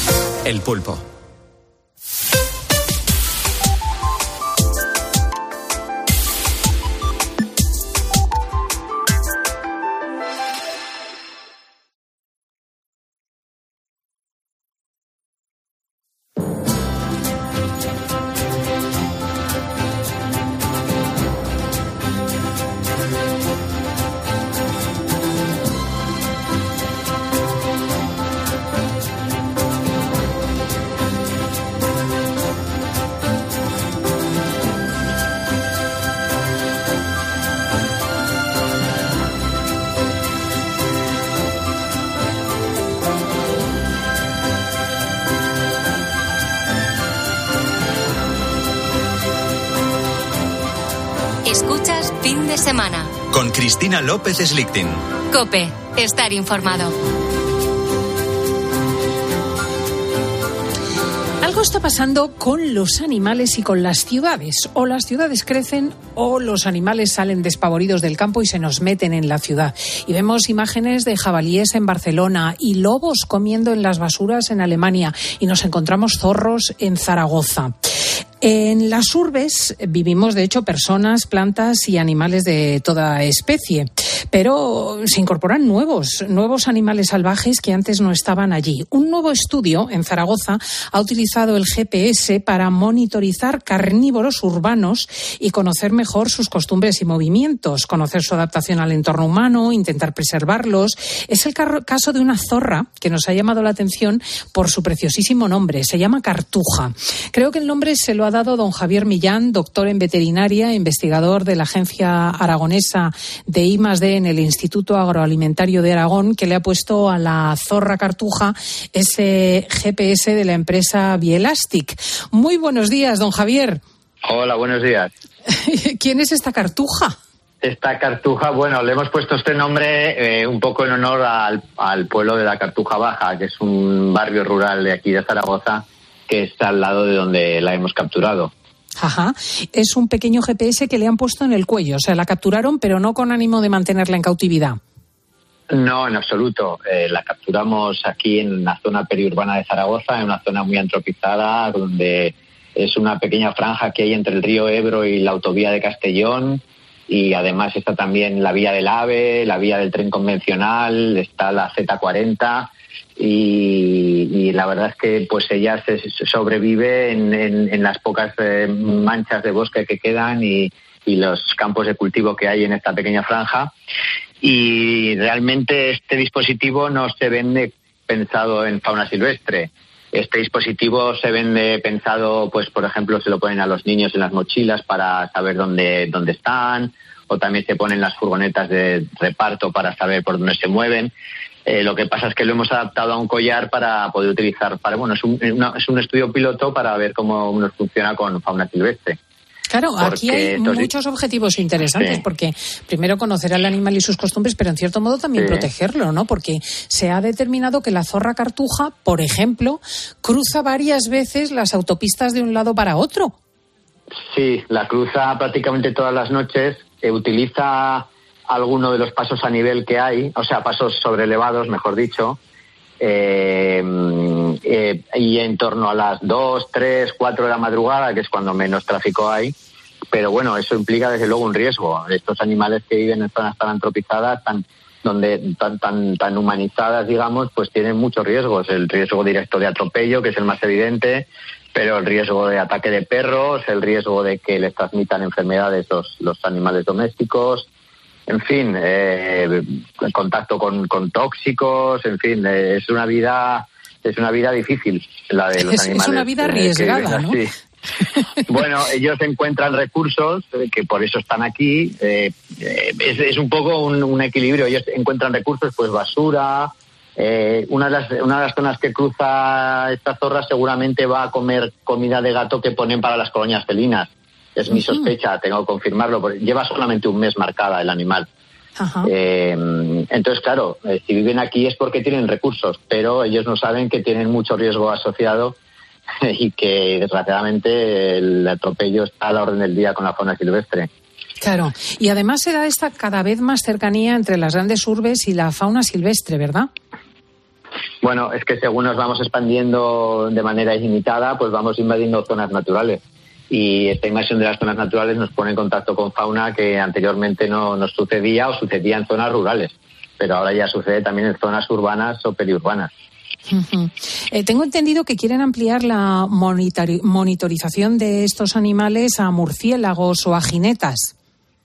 El Pulpo. Escuchas Fin de Semana. Con Cristina López Slichting. COPE. Estar informado. Algo está pasando con los animales y con las ciudades. O las ciudades crecen o los animales salen despavoridos del campo y se nos meten en la ciudad. Y vemos imágenes de jabalíes en Barcelona y lobos comiendo en las basuras en Alemania. Y nos encontramos zorros en Zaragoza. En las urbes vivimos, de hecho, personas, plantas y animales de toda especie. Pero se incorporan nuevos, nuevos animales salvajes que antes no estaban allí. Un nuevo estudio en Zaragoza ha utilizado el G P S para monitorizar carnívoros urbanos y conocer mejor sus costumbres y movimientos, conocer su adaptación al entorno humano, intentar preservarlos. Es el caso de una zorra que nos ha llamado la atención por su preciosísimo nombre. Se llama Cartuja. Creo que el nombre se lo ha dado don Javier Millán, doctor en veterinaria, investigador de la Agencia Aragonesa de I más D en el Instituto Agroalimentario de Aragón, que le ha puesto a la zorra Cartuja ese G P S de la empresa Bielastic. Muy buenos días, don Javier. Hola, buenos días. ¿Quién es esta Cartuja? Esta Cartuja, bueno, le hemos puesto este nombre eh, un poco en honor al, al pueblo de la Cartuja Baja, que es un barrio rural de aquí de Zaragoza, que está al lado de donde la hemos capturado. Ajá. Es un pequeño G P S que le han puesto en el cuello. O sea, la capturaron, pero no con ánimo de mantenerla en cautividad. No, en absoluto. Eh, la capturamos aquí en la zona periurbana de Zaragoza, en una zona muy antropizada, donde es una pequeña franja que hay entre el río Ebro y la autovía de Castellón. Y además está también la vía del AVE, la vía del tren convencional, está la Z cuarenta. Y, y la verdad es que pues ella se sobrevive en, en, en las pocas eh, manchas de bosque que quedan y, y los campos de cultivo que hay en esta pequeña franja. Y realmente este dispositivo no se vende pensado en fauna silvestre. Este dispositivo se vende pensado, pues por ejemplo, se lo ponen a los niños en las mochilas para saber dónde, dónde están, o también se ponen las furgonetas de reparto para saber por dónde se mueven. Eh, lo que pasa es que lo hemos adaptado a un collar para poder utilizar, para bueno, es un, una, es un estudio piloto para ver cómo nos funciona con fauna silvestre. Claro, porque aquí hay estos... muchos objetivos interesantes, sí. Porque primero conocer al animal y sus costumbres, pero en cierto modo también sí. protegerlo, ¿no? Porque se ha determinado que la zorra Cartuja, por ejemplo, cruza varias veces las autopistas de un lado para otro. Sí, la cruza prácticamente todas las noches, eh, utiliza alguno de los pasos a nivel que hay, o sea, pasos sobrelevados, mejor dicho, eh, eh, y en torno a las dos, tres, cuatro de la madrugada, que es cuando menos tráfico hay, pero bueno, eso implica desde luego un riesgo. Estos animales que viven en zonas tan antropizadas, tan, donde, tan, tan, tan humanizadas, digamos, pues tienen muchos riesgos. El riesgo directo de atropello, que es el más evidente, pero el riesgo de ataque de perros, el riesgo de que les transmitan enfermedades los, los animales domésticos. En fin, eh, contacto con, con tóxicos, en fin, eh, es una vida es una vida difícil la de los es, animales. Es una vida arriesgada, ¿no? Bueno, ellos encuentran recursos, eh, que por eso están aquí. Eh, eh, es, es un poco un, un equilibrio. Ellos encuentran recursos, pues basura. Eh, una, de las, una de las zonas que cruza esta zorra seguramente va a comer comida de gato que ponen para las colonias felinas. Es mi sospecha, tengo que confirmarlo, porque lleva solamente un mes marcada el animal. Eh, entonces, claro, eh, si viven aquí es porque tienen recursos, pero ellos no saben que tienen mucho riesgo asociado y que, desgraciadamente, el atropello está a la orden del día con la fauna silvestre. Claro, y además se da esta cada vez más cercanía entre las grandes urbes y la fauna silvestre, ¿verdad? Bueno, es que según nos vamos expandiendo de manera ilimitada, pues vamos invadiendo zonas naturales. Y esta invasión de las zonas naturales nos pone en contacto con fauna que anteriormente no nos sucedía o sucedía en zonas rurales, pero ahora ya sucede también en zonas urbanas o periurbanas. Uh-huh. Eh, tengo entendido que quieren ampliar la monitori- monitorización de estos animales a murciélagos o a jinetas.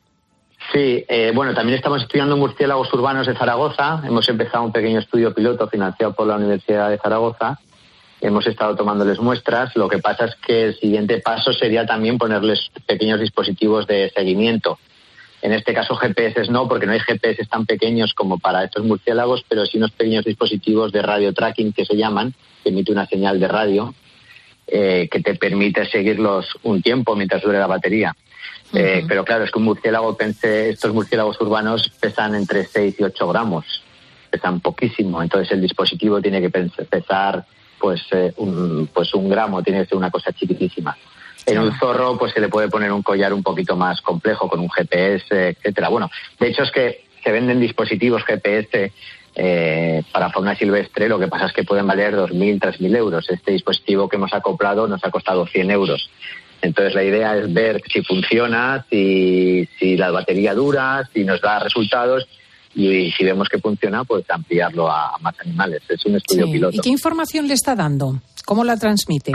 Sí, eh, bueno, también estamos estudiando murciélagos urbanos de Zaragoza. Hemos empezado un pequeño estudio piloto financiado por la Universidad de Zaragoza. Hemos estado tomándoles muestras. Lo que pasa es que el siguiente paso sería también ponerles pequeños dispositivos de seguimiento. En este caso G P S no, porque no hay G P S tan pequeños como para estos murciélagos, pero sí unos pequeños dispositivos de radio tracking que se llaman, que emite una señal de radio eh, que te permite seguirlos un tiempo mientras dure la batería. Uh-huh. Eh, pero claro, es que un murciélago, pensé, estos murciélagos urbanos pesan entre seis y ocho gramos, pesan poquísimo, entonces el dispositivo tiene que pesar pues, eh, un, pues un gramo, tiene que ser una cosa chiquitísima. En un zorro pues se le puede poner un collar un poquito más complejo con un G P S, etcétera. Bueno, de hecho es que se venden dispositivos G P S eh, para fauna silvestre, lo que pasa es que pueden valer dos mil, tres mil euros. Este dispositivo que hemos acoplado nos ha costado cien euros. Entonces la idea es ver si funciona, si, si la batería dura, si nos da resultados y si vemos que funciona, pues ampliarlo a más animales. Es un estudio sí. piloto. ¿Y qué información le está dando? ¿Cómo la transmite?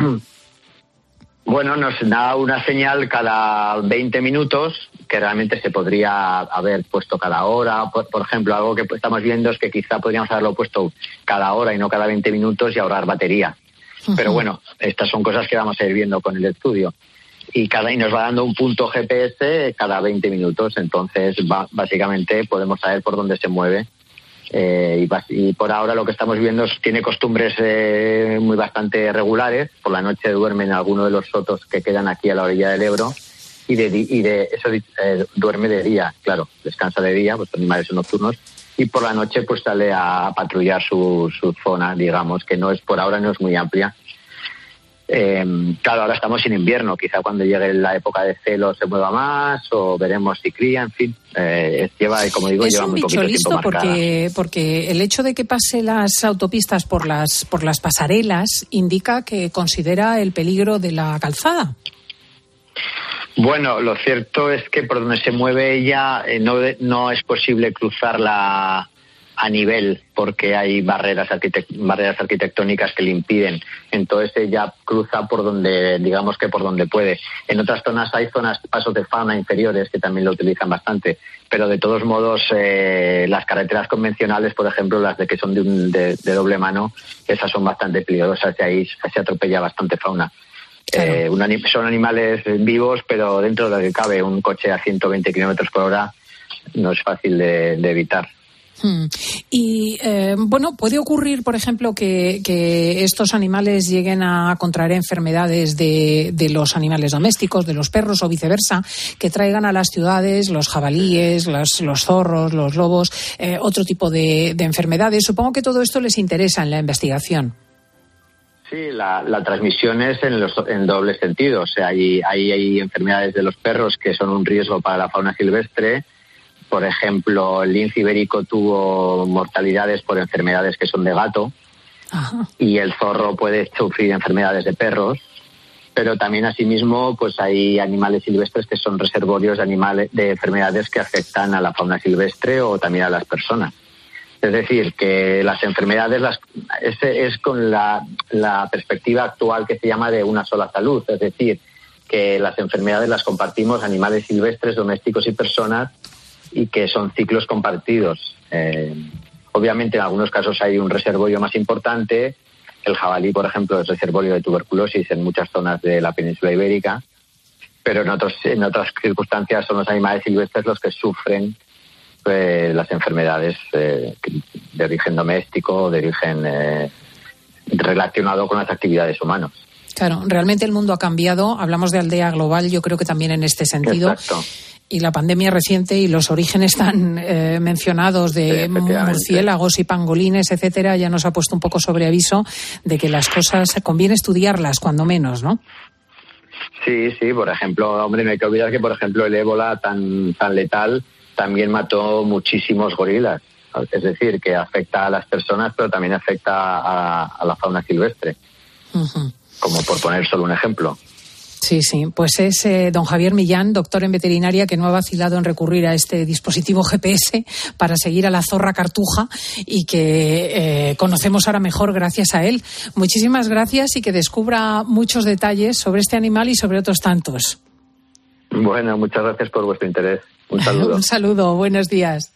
Bueno, nos da una señal cada veinte minutos que realmente se podría haber puesto cada hora. Por, por ejemplo, algo que estamos viendo es que quizá podríamos haberlo puesto cada hora y no cada veinte minutos y ahorrar batería. Uh-huh. Pero bueno, estas son cosas que vamos a ir viendo con el estudio. Y cada y nos va dando un punto G P S cada veinte minutos. Entonces, va, básicamente podemos saber por dónde se mueve. Eh, y, y por ahora lo que estamos viendo es tiene costumbres eh, muy bastante regulares. Por la noche duerme en alguno de los sotos que quedan aquí a la orilla del Ebro y de, y de eso eh, duerme de día, claro, descansa de día, pues los animales son nocturnos, y por la noche pues sale a patrullar su, su zona, digamos, que no es por ahora no es muy amplia. Eh, claro, ahora estamos en invierno, quizá cuando llegue la época de celo se mueva más o veremos si cría, en fin, eh, lleva, como digo, es lleva un muy bicho poquito listo tiempo porque, porque el hecho de que pase las autopistas por las, por las pasarelas indica que considera el peligro de la calzada. Bueno, lo cierto es que por donde se mueve ella eh, no, no es posible cruzarla a nivel porque hay barreras, arquitect- barreras arquitectónicas que le impiden. Entonces ella cruza por donde, digamos que por donde puede. En otras zonas hay zonas, pasos de fauna inferiores que también lo utilizan bastante, pero de todos modos eh, las carreteras convencionales, por ejemplo, las de que son de, un, de, de doble mano, esas son bastante peligrosas y ahí se atropella bastante fauna. Claro. Eh, un anim- son animales vivos, pero dentro de lo que cabe un coche a ciento veinte kilómetros por hora no es fácil de, de evitar. Hmm. Y eh, bueno, puede ocurrir, por ejemplo, que, que estos animales lleguen a contraer enfermedades de, de los animales domésticos, de los perros o viceversa, que traigan a las ciudades los jabalíes, los, los zorros, los lobos, eh, otro tipo de, de enfermedades. Supongo que todo esto les interesa en la investigación. Sí, la, la transmisión es en, los, en doble sentido. O sea, hay, hay, hay enfermedades de los perros que son un riesgo para la fauna silvestre. Por ejemplo, el lince ibérico tuvo mortalidades por enfermedades que son de gato. Ajá. Y el zorro puede sufrir enfermedades de perros. Pero también, asimismo, pues hay animales silvestres que son reservorios de, animales, de enfermedades que afectan a la fauna silvestre o también a las personas. Es decir, que las enfermedades las, es, es con la, la perspectiva actual que se llama de una sola salud. Es decir, que las enfermedades las compartimos animales silvestres, domésticos y personas, y que son ciclos compartidos. Eh, obviamente en algunos casos hay un reservorio más importante. El jabalí, por ejemplo, es reservorio de tuberculosis en muchas zonas de la península ibérica, pero en, otros, en otras circunstancias son los animales silvestres los que sufren pues, las enfermedades eh, de origen doméstico o de origen eh, relacionado con las actividades humanas. Claro, realmente el mundo ha cambiado. Hablamos de aldea global, yo creo que también en este sentido. Exacto. Y la pandemia reciente y los orígenes tan eh, mencionados de sí, murciélagos y pangolines, etcétera, ya nos ha puesto un poco sobre aviso de que las cosas conviene estudiarlas, cuando menos, ¿no? Sí, sí, por ejemplo, hombre, no hay que olvidar que, por ejemplo, el ébola tan, tan letal también mató muchísimos gorilas. Es decir, que afecta a las personas, pero también afecta a, a la fauna silvestre. Uh-huh. Como por poner solo un ejemplo. Sí, sí, pues es eh, don Javier Millán, doctor en veterinaria, que no ha vacilado en recurrir a este dispositivo G P S para seguir a la zorra cartuja y que eh, conocemos ahora mejor gracias a él. Muchísimas gracias y que descubra muchos detalles sobre este animal y sobre otros tantos. Bueno, muchas gracias por vuestro interés. Un saludo. Un saludo, buenos días.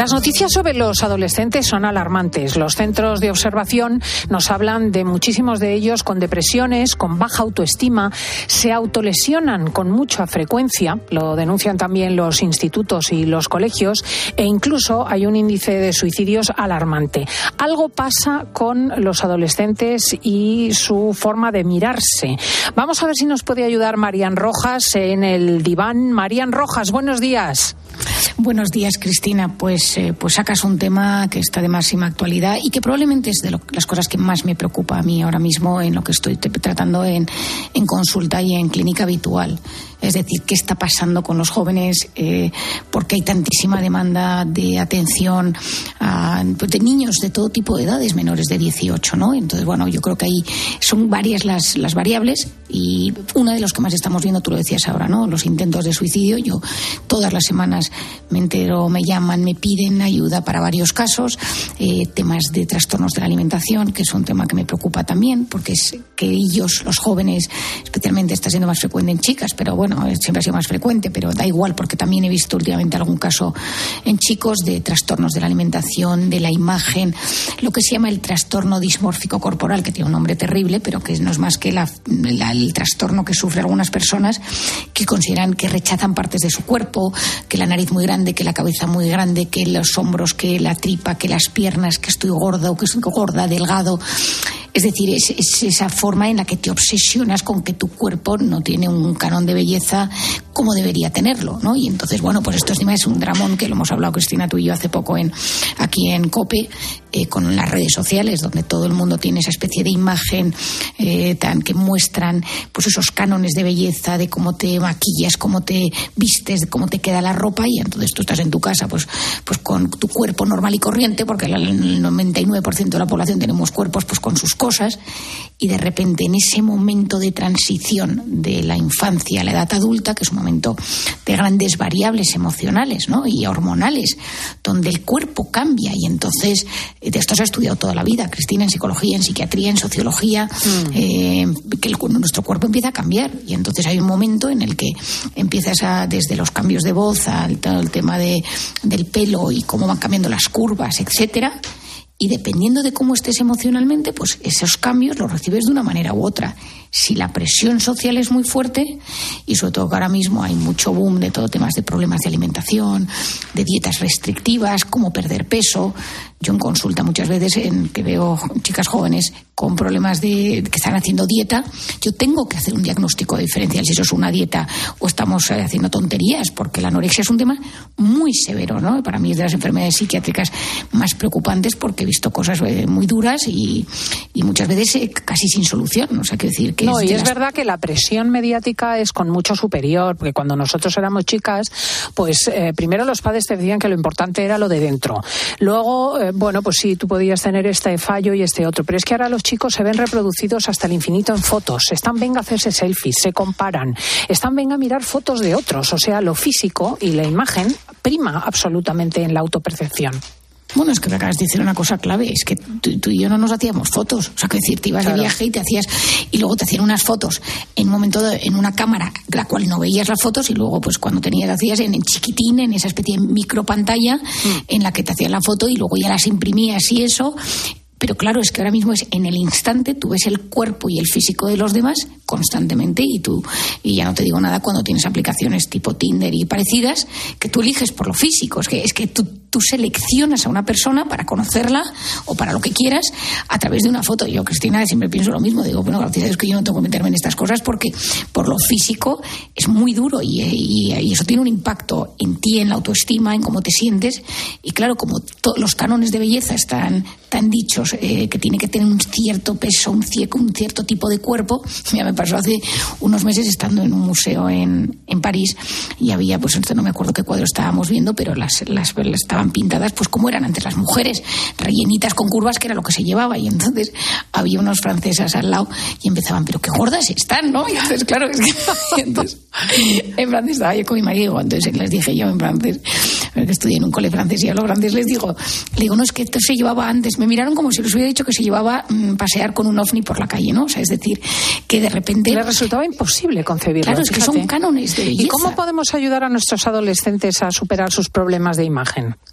Las noticias sobre los adolescentes son alarmantes. Los centros de observación nos hablan de muchísimos de ellos con depresiones, con baja autoestima, se autolesionan con mucha frecuencia, lo denuncian también los institutos y los colegios, e incluso hay un índice de suicidios alarmante. Algo pasa con los adolescentes y su forma de mirarse. Vamos a ver si nos puede ayudar Marian Rojas en el diván. Marian Rojas, buenos días. Buenos días, Cristina. Pues, eh, pues sacas un tema que está de máxima actualidad y que probablemente es de lo, las cosas que más me preocupa a mí ahora mismo en lo que estoy tratando en, en consulta y en clínica habitual. Es decir, ¿qué está pasando con los jóvenes? Eh, ¿Por qué hay tantísima demanda de atención a, de niños de todo tipo de edades, menores de dieciocho, ¿no? Entonces, bueno, yo creo que ahí son varias las, las variables y una de los que más estamos viendo, tú lo decías ahora, ¿no? Los intentos de suicidio. Yo todas las semanas me entero, me llaman, me piden ayuda para varios casos. Eh, temas de trastornos de la alimentación, que es un tema que me preocupa también, porque es que ellos, los jóvenes, especialmente está siendo más frecuente en chicas, pero bueno, siempre ha sido más frecuente, pero da igual, porque también he visto últimamente algún caso en chicos de trastornos de la alimentación, de la imagen, lo que se llama el trastorno dismórfico corporal, que tiene un nombre terrible, pero que no es más que la, la, el trastorno que sufren algunas personas que consideran que rechazan partes de su cuerpo, que la nariz muy grande, que la cabeza muy grande, que los hombros, que la tripa, que las piernas, que estoy gorda o que estoy gorda, delgado. Es decir, es, es esa forma en la que te obsesionas con que tu cuerpo no tiene un canon de belleza como debería tenerlo, ¿no? Y entonces, bueno, pues esto es un dramón que lo hemos hablado Cristina, tú y yo hace poco en aquí en COPE, eh, con las redes sociales, donde todo el mundo tiene esa especie de imagen eh, tan que muestran pues esos cánones de belleza, de cómo te maquillas, cómo te vistes, de cómo te queda la ropa, y entonces tú estás en tu casa pues, pues con tu cuerpo normal y corriente, porque el noventa y nueve por ciento de la población tenemos cuerpos pues con sus cosas, y de repente en ese momento de transición de la infancia a la edad adulta, que es un momento de grandes variables emocionales, ¿no? Y hormonales, donde el cuerpo cambia, y entonces de esto se ha estudiado toda la vida, Cristina, en psicología, en psiquiatría, en sociología, mm. eh, que el, nuestro cuerpo empieza a cambiar, y entonces hay un momento en el que empiezas a, desde los cambios de voz al el tema de, del pelo y cómo van cambiando las curvas, etcétera. Y dependiendo de cómo estés emocionalmente, pues esos cambios los recibes de una manera u otra. Si la presión social es muy fuerte, y sobre todo que ahora mismo hay mucho boom de todo temas de problemas de alimentación, de dietas restrictivas, cómo perder peso. Yo en consulta muchas veces en que veo chicas jóvenes con problemas de que están haciendo dieta, yo tengo que hacer un diagnóstico diferencial si eso es una dieta o estamos haciendo tonterías, porque la anorexia es un tema muy severo, ¿no? Para mí es de las enfermedades psiquiátricas más preocupantes, porque he visto cosas muy duras y, y muchas veces casi sin solución. O sea, quiero decir que no, es y es las... verdad que la presión mediática es con mucho superior, porque cuando nosotros éramos chicas, pues eh, primero los padres te decían que lo importante era lo de dentro. Luego, eh, bueno, pues sí, tú podías tener este fallo y este otro, pero es que ahora los chicos se ven reproducidos hasta el infinito en fotos. Están venga a hacerse selfies, se comparan, están venga a mirar fotos de otros. O sea, lo físico y la imagen prima absolutamente en la autopercepción. Bueno, es que me acabas de decir una cosa clave, es que tú, tú y yo no nos hacíamos fotos. O sea, que decir, te ibas claro. de viaje y te hacías, y luego te hacían unas fotos en un momento de, en una cámara, la cual no veías las fotos, y luego pues cuando tenías, hacías en, en chiquitín, en esa especie de micropantalla mm. en la que te hacían la foto y luego ya las imprimías y eso. Pero claro, es que ahora mismo es en el instante, tú ves el cuerpo y el físico de los demás constantemente, y tú, y ya no te digo nada cuando tienes aplicaciones tipo Tinder y parecidas, que tú eliges por lo físico. Es que, es que tú, tú seleccionas a una persona para conocerla o para lo que quieras a través de una foto. Yo, Cristina, siempre pienso lo mismo. Digo, bueno, gracias a Dios que yo no tengo que meterme en estas cosas, porque por lo físico es muy duro, y, y, y eso tiene un impacto en ti, en la autoestima, en cómo te sientes. Y claro, como to, los cánones de belleza están tan dichos, eh, que tiene que tener un cierto peso, un, cier, un cierto tipo de cuerpo. Ya me pasó hace unos meses estando en un museo en, en París, y había, pues no me acuerdo qué cuadro estábamos viendo, pero las, las, las estaban pintadas pues como eran antes las mujeres, rellenitas con curvas, que era lo que se llevaba. Y entonces había unos francesas al lado y empezaban, pero qué gordas están, ¿no? Y entonces, claro, es que entonces, en francés estaba yo con mi marido, entonces les dije yo en francés, que estudié en un cole francés y hablo francés, les digo, le digo, no, es que esto se llevaba antes. Me miraron como si les hubiera dicho que se llevaba mmm, pasear con un ovni por la calle, ¿no? O sea, es decir, que de repente... Le resultaba imposible concebirlo. Claro, es que fíjate. Son cánones de belleza. ¿Y cómo podemos ayudar a nuestros adolescentes a superar sus problemas de imagen?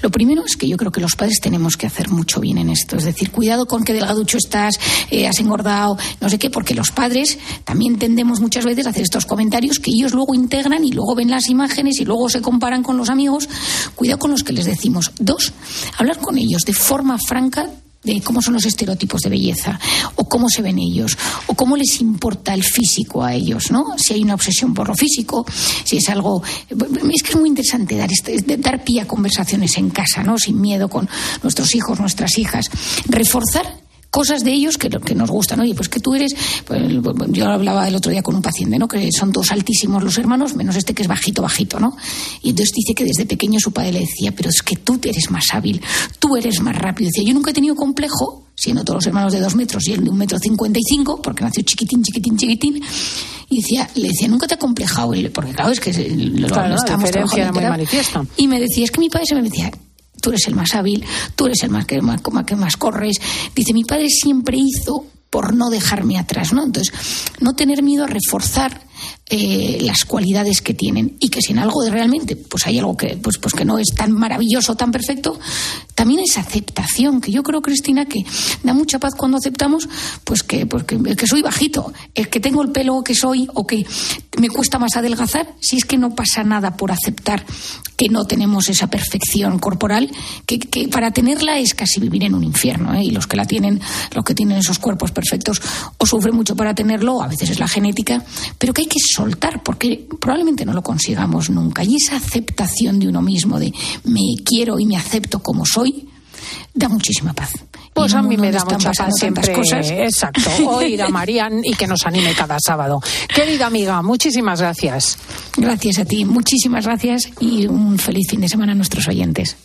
Lo primero es que yo creo que los padres tenemos que hacer mucho bien en esto. Es decir, cuidado con qué delgaducho estás, eh, has engordado, no sé qué, porque los padres también tendemos muchas veces a hacer estos comentarios que ellos luego integran y luego ven las imágenes y luego se comparan con los amigos. Cuidado con los que les decimos. Dos, hablar con ellos de forma franca de cómo son los estereotipos de belleza, o cómo se ven ellos, o cómo les importa el físico a ellos, ¿no? Si hay una obsesión por lo físico, si es algo... Es que es muy interesante dar, dar pie a conversaciones en casa, ¿no? Sin miedo, con nuestros hijos, nuestras hijas. Reforzar cosas de ellos que, que nos gustan. Oye, pues que tú eres... Pues, yo hablaba el otro día con un paciente, ¿no? Que son todos altísimos los hermanos, menos este que es bajito, bajito, ¿no? Y entonces dice que desde pequeño su padre le decía, pero es que tú eres más hábil, tú eres más rápido. Dice, yo nunca he tenido complejo, siendo todos los hermanos de dos metros y él de un metro cincuenta y cinco, porque nació chiquitín, chiquitín, chiquitín. Y decía, le decía, nunca te ha complejado, porque claro, es que lo, claro, lo estamos trabajando. Era muy manifiesta. Y me decía, es que mi padre se me decía... Tú eres el más hábil, tú eres el más que más, que más corres. Dice, mi padre siempre hizo por no dejarme atrás, ¿no? Entonces, no tener miedo a reforzar eh, las cualidades que tienen, y que si en algo de realmente pues hay algo que pues pues que no es tan maravilloso, tan perfecto, también es aceptación, que yo creo, Cristina, que da mucha paz cuando aceptamos pues que pues que, que soy bajito, el que tengo el pelo que soy, o que me cuesta más adelgazar, si es que no pasa nada por aceptar que no tenemos esa perfección corporal, que, que para tenerla es casi vivir en un infierno, ¿eh? Y los que la tienen, los que tienen esos cuerpos perfectos, o sufren mucho para tenerlo, a veces es la genética, pero que hay que soltar, porque probablemente no lo consigamos nunca. Y esa aceptación de uno mismo, de me quiero y me acepto como soy, da muchísima paz. Pues a mí me da mucha paz siempre. Cosas. Exacto, oír a Marian y que nos anime cada sábado. Querida amiga, muchísimas gracias. Gracias a ti, muchísimas gracias, y un feliz fin de semana a nuestros oyentes.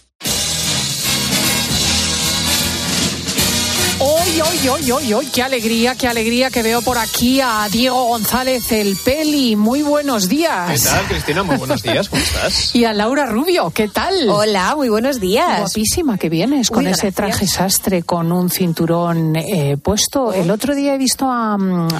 Hoy, hoy, hoy, hoy, hoy, qué alegría, qué alegría que veo por aquí a Diego González, el Peli. Muy buenos días. ¿Qué tal, Cristina? Muy buenos días, ¿cómo estás? Y a Laura Rubio, ¿qué tal? Hola, muy buenos días. Guapísima que vienes, con Uy, ese traje sastre, con un cinturón eh, puesto. Oh. El otro día he visto a,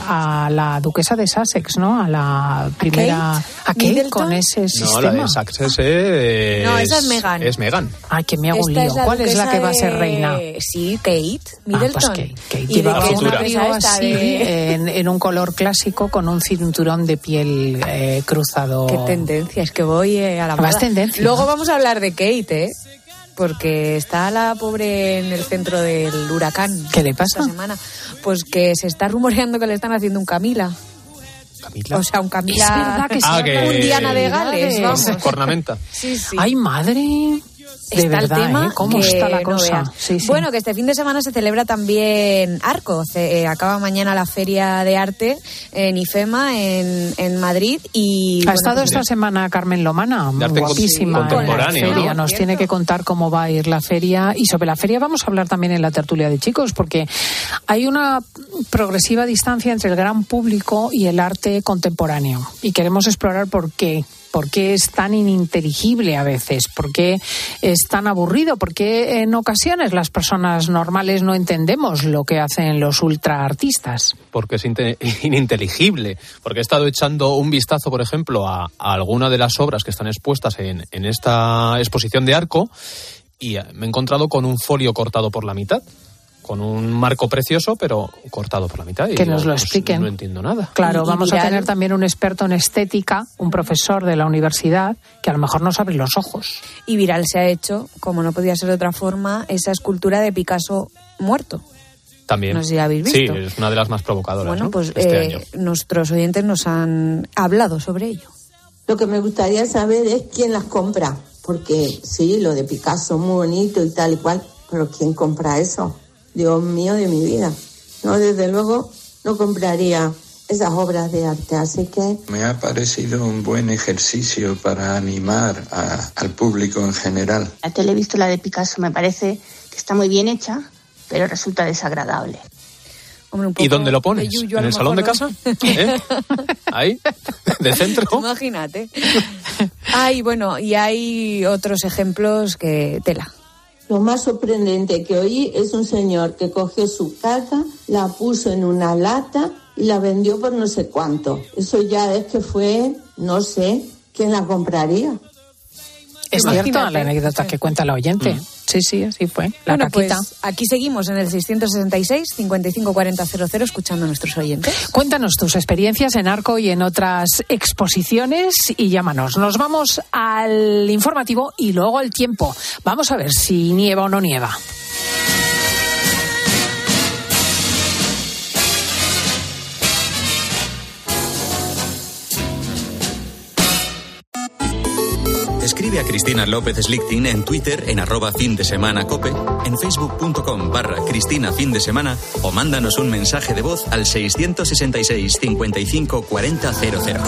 a la duquesa de Sussex, ¿no? A la primera... ¿A Kate? ¿A Kate con ese sistema? No, la de Sussex es... No, esa es Meghan. Es Meghan. Ay, que me hago un lío. Es ¿Cuál es la que va a ser de... reina? Sí, Kate Middleton. Ah, pues Kate. Kate y lleva de un abrigo así, de... en, en un color clásico, con un cinturón de piel eh, cruzado. Qué tendencia, es que voy eh, a la moda. Más tendencia. Luego vamos a hablar de Kate, ¿eh? Porque está la pobre en el centro del huracán. ¿Qué le pasa? Esta semana. Pues que se está rumoreando que le están haciendo un Camila. ¿Camila? O sea, un Camila. Es verdad que ah, sí. Que... Un Diana de Gales, vamos. Cornamenta. Sí, sí. Ay, madre... De está verdad, el tema ¿eh? ¿Cómo está la cosa? No sí, sí. Bueno, que este fin de semana se celebra también Arco. Se, eh, acaba mañana la Feria de Arte en IFEMA, en, en Madrid. Y, ha bueno, estado pues, esta semana Carmen Lomana, guapísima. Contemporáneo, en la feria. ¿no? Nos tiene que contar cómo va a ir la feria. Y sobre la feria vamos a hablar también en la tertulia de chicos, porque hay una progresiva distancia entre el gran público y el arte contemporáneo. Y queremos explorar por qué. ¿Por qué es tan ininteligible a veces? ¿Por qué es tan aburrido? ¿Por qué en ocasiones las personas normales no entendemos lo que hacen los ultraartistas? Porque es ininteligible. Porque he estado echando un vistazo, por ejemplo, a, a alguna de las obras que están expuestas en, en esta exposición de Arco, y me he encontrado con un folio cortado por la mitad, con un marco precioso, pero cortado por la mitad. Y que nos lo pues, expliquen. No entiendo nada. Claro, y, y vamos viral. a tener también un experto en estética, un profesor de la universidad, que a lo mejor nos abre los ojos. Y viral se ha hecho, como no podía ser de otra forma, esa escultura de Picasso muerto. También. No sé si la habéis visto. Sí, es una de las más provocadoras. Bueno, ¿no? pues este eh, año. nuestros oyentes nos han hablado sobre ello. Lo que me gustaría saber es quién las compra, porque sí, lo de Picasso muy bonito y tal y cual, pero ¿quién compra eso? Dios mío de mi vida. No, desde luego no compraría esas obras de arte, así que... Me ha parecido un buen ejercicio para animar a, al público en general. La tele he visto la de Picasso, me parece que está muy bien hecha, pero resulta desagradable. Hombre, un poco ¿Y dónde lo pones? de yuyu, ¿En el salón de casa? ¿Eh? ¿Ahí? ¿De centro? Imagínate. Ay, bueno, y hay otros ejemplos que tela. Lo más sorprendente que oí es un señor que cogió su caca, la puso en una lata y la vendió por no sé cuánto. Eso ya es que fue, no sé, ¿quién la compraría? Es Imagínate. cierto, la anécdota que cuenta la oyente. Mm. Sí, sí, así fue. La bueno, caquita. Pues aquí seguimos en el seiscientos sesenta y seis, cincuenta y cinco cuarenta cero cero escuchando a nuestros oyentes. Cuéntanos tus experiencias en Arco y en otras exposiciones y llámanos. Nos vamos al informativo y luego al tiempo. Vamos a ver si nieva o no nieva. Escribe a Cristina López Slichting en Twitter en arroba fin de semana cope, en facebook.com barra Cristina fin de semana o mándanos un mensaje de voz al seiscientos sesenta y seis, cincuenta y cinco, cuarenta, cero cero.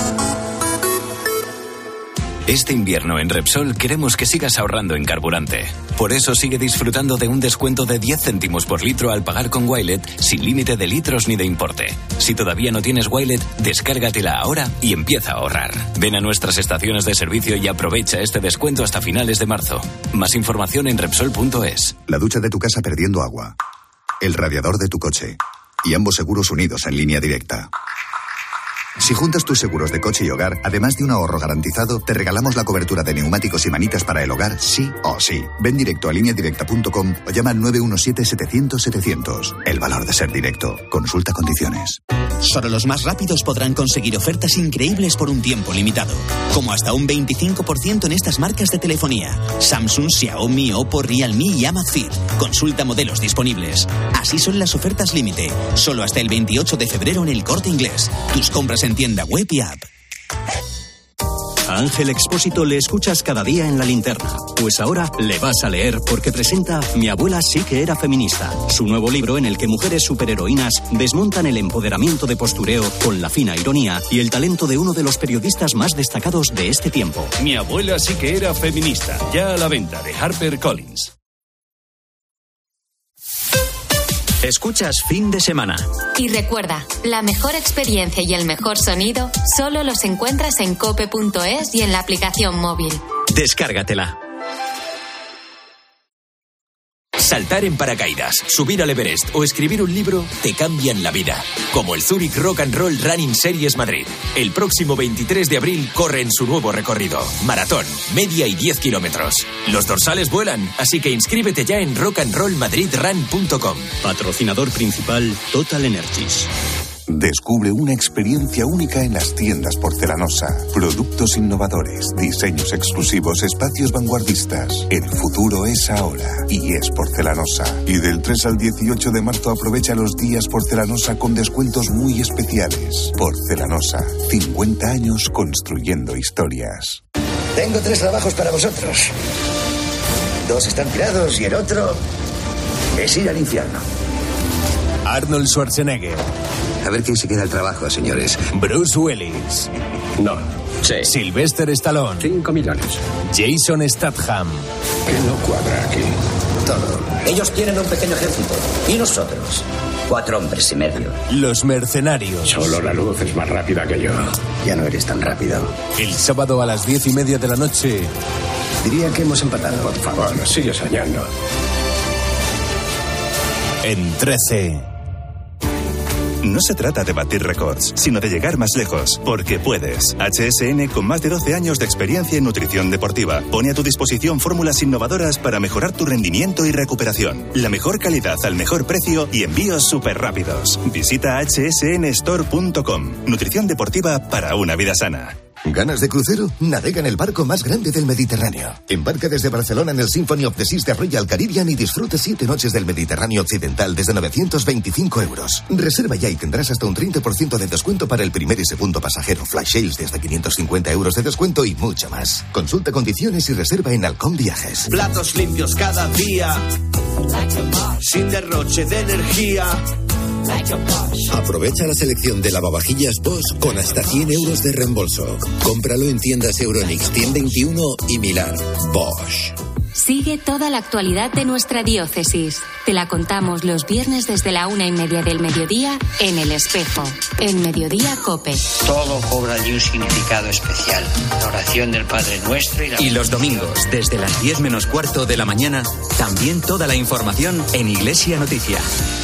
Este invierno en Repsol queremos que sigas ahorrando en carburante. Por eso sigue disfrutando de un descuento de diez céntimos por litro al pagar con Wilet sin límite de litros ni de importe. Si todavía no tienes Wilet, descárgatela ahora y empieza a ahorrar. Ven a nuestras estaciones de servicio y aprovecha este descuento hasta finales de marzo. Más información en Repsol punto es. La ducha de tu casa perdiendo agua. El radiador de tu coche. Y ambos seguros unidos en línea directa. Si juntas tus seguros de coche y hogar, además de un ahorro garantizado, te regalamos la cobertura de neumáticos y manitas para el hogar, sí o sí. Ven directo a línea directa punto com o llama al nueve uno siete, setecientos, setecientos. El valor de ser directo. Consulta condiciones. Solo los más rápidos podrán conseguir ofertas increíbles por un tiempo limitado. Como hasta un veinticinco por ciento en estas marcas de telefonía. Samsung, Xiaomi, Oppo, Realme y Amazfit. Consulta modelos disponibles. Así son las ofertas límite. Solo hasta el veintiocho de febrero en El Corte Inglés. Tus compras en tienda web y app. A Ángel Expósito le escuchas cada día en La Linterna. Pues ahora le vas a leer porque presenta Mi abuela sí que era feminista, su nuevo libro en el que mujeres superheroínas desmontan el empoderamiento de postureo con la fina ironía y el talento de uno de los periodistas más destacados de este tiempo. Mi abuela sí que era feminista, ya a la venta de HarperCollins. Escuchas Fin de Semana. Y recuerda, la mejor experiencia y el mejor sonido solo los encuentras en cope punto es y en la aplicación móvil. Descárgatela. Saltar en paracaídas, subir al Everest o escribir un libro te cambian la vida. Como el Zurich Rock and Roll Running Series Madrid. El próximo veintitrés de abril corre en su nuevo recorrido. Maratón, media y diez kilómetros. Los dorsales vuelan, así que inscríbete ya en rock and roll madrid run punto com. Patrocinador principal Total Energies. Descubre una experiencia única en las tiendas Porcelanosa. Productos innovadores, diseños exclusivos, espacios vanguardistas. El futuro es ahora y es Porcelanosa. Y del tres al dieciocho de marzo aprovecha los días Porcelanosa con descuentos muy especiales. Porcelanosa, cincuenta años construyendo historias. Tengo tres trabajos para vosotros. Dos están tirados y el otro es ir al infierno. Arnold Schwarzenegger. A ver quién se queda al trabajo, señores. Bruce Willis. No. Sí. Sylvester Stallone. Cinco millones. Jason Statham. ¿Qué no cuadra aquí? Todo. Ellos tienen un pequeño ejército. ¿Y nosotros? Cuatro hombres y medio. Los mercenarios. Solo la luz es más rápida que yo. Ya no eres tan rápido. El sábado a las diez y media de la noche. Diría que hemos empatado. Por favor, sigue soñando. En trece. No se trata de batir récords, sino de llegar más lejos, porque puedes. H S N, con más de doce años de experiencia en nutrición deportiva, pone a tu disposición fórmulas innovadoras para mejorar tu rendimiento y recuperación. La mejor calidad al mejor precio y envíos súper rápidos. Visita hache ese ene store punto com. Nutrición deportiva para una vida sana. ¿Ganas de crucero? Navega en el barco más grande del Mediterráneo. Embarca desde Barcelona en el Symphony of the Seas de Royal Caribbean y disfruta siete noches del Mediterráneo Occidental desde novecientos veinticinco euros. Reserva ya y tendrás hasta un treinta por ciento de descuento para el primer y segundo pasajero. Flash sales de hasta quinientos cincuenta euros de descuento y mucho más. Consulta condiciones y reserva en Halcón Viajes. Platos limpios cada día, sin derroche de energía. Aprovecha la selección de lavavajillas Bosch con hasta cien euros de reembolso. Cómpralo en tiendas Euronix, cien veintiuno y Milán. Bosch. Sigue toda la actualidad de nuestra diócesis. Te la contamos los viernes desde la una y media del mediodía en El Espejo, en Mediodía Cope. Todo cobra allí un significado especial. La oración del Padre Nuestro y la... Y los domingos, desde las diez menos cuarto de la mañana, también toda la información en Iglesia Noticia.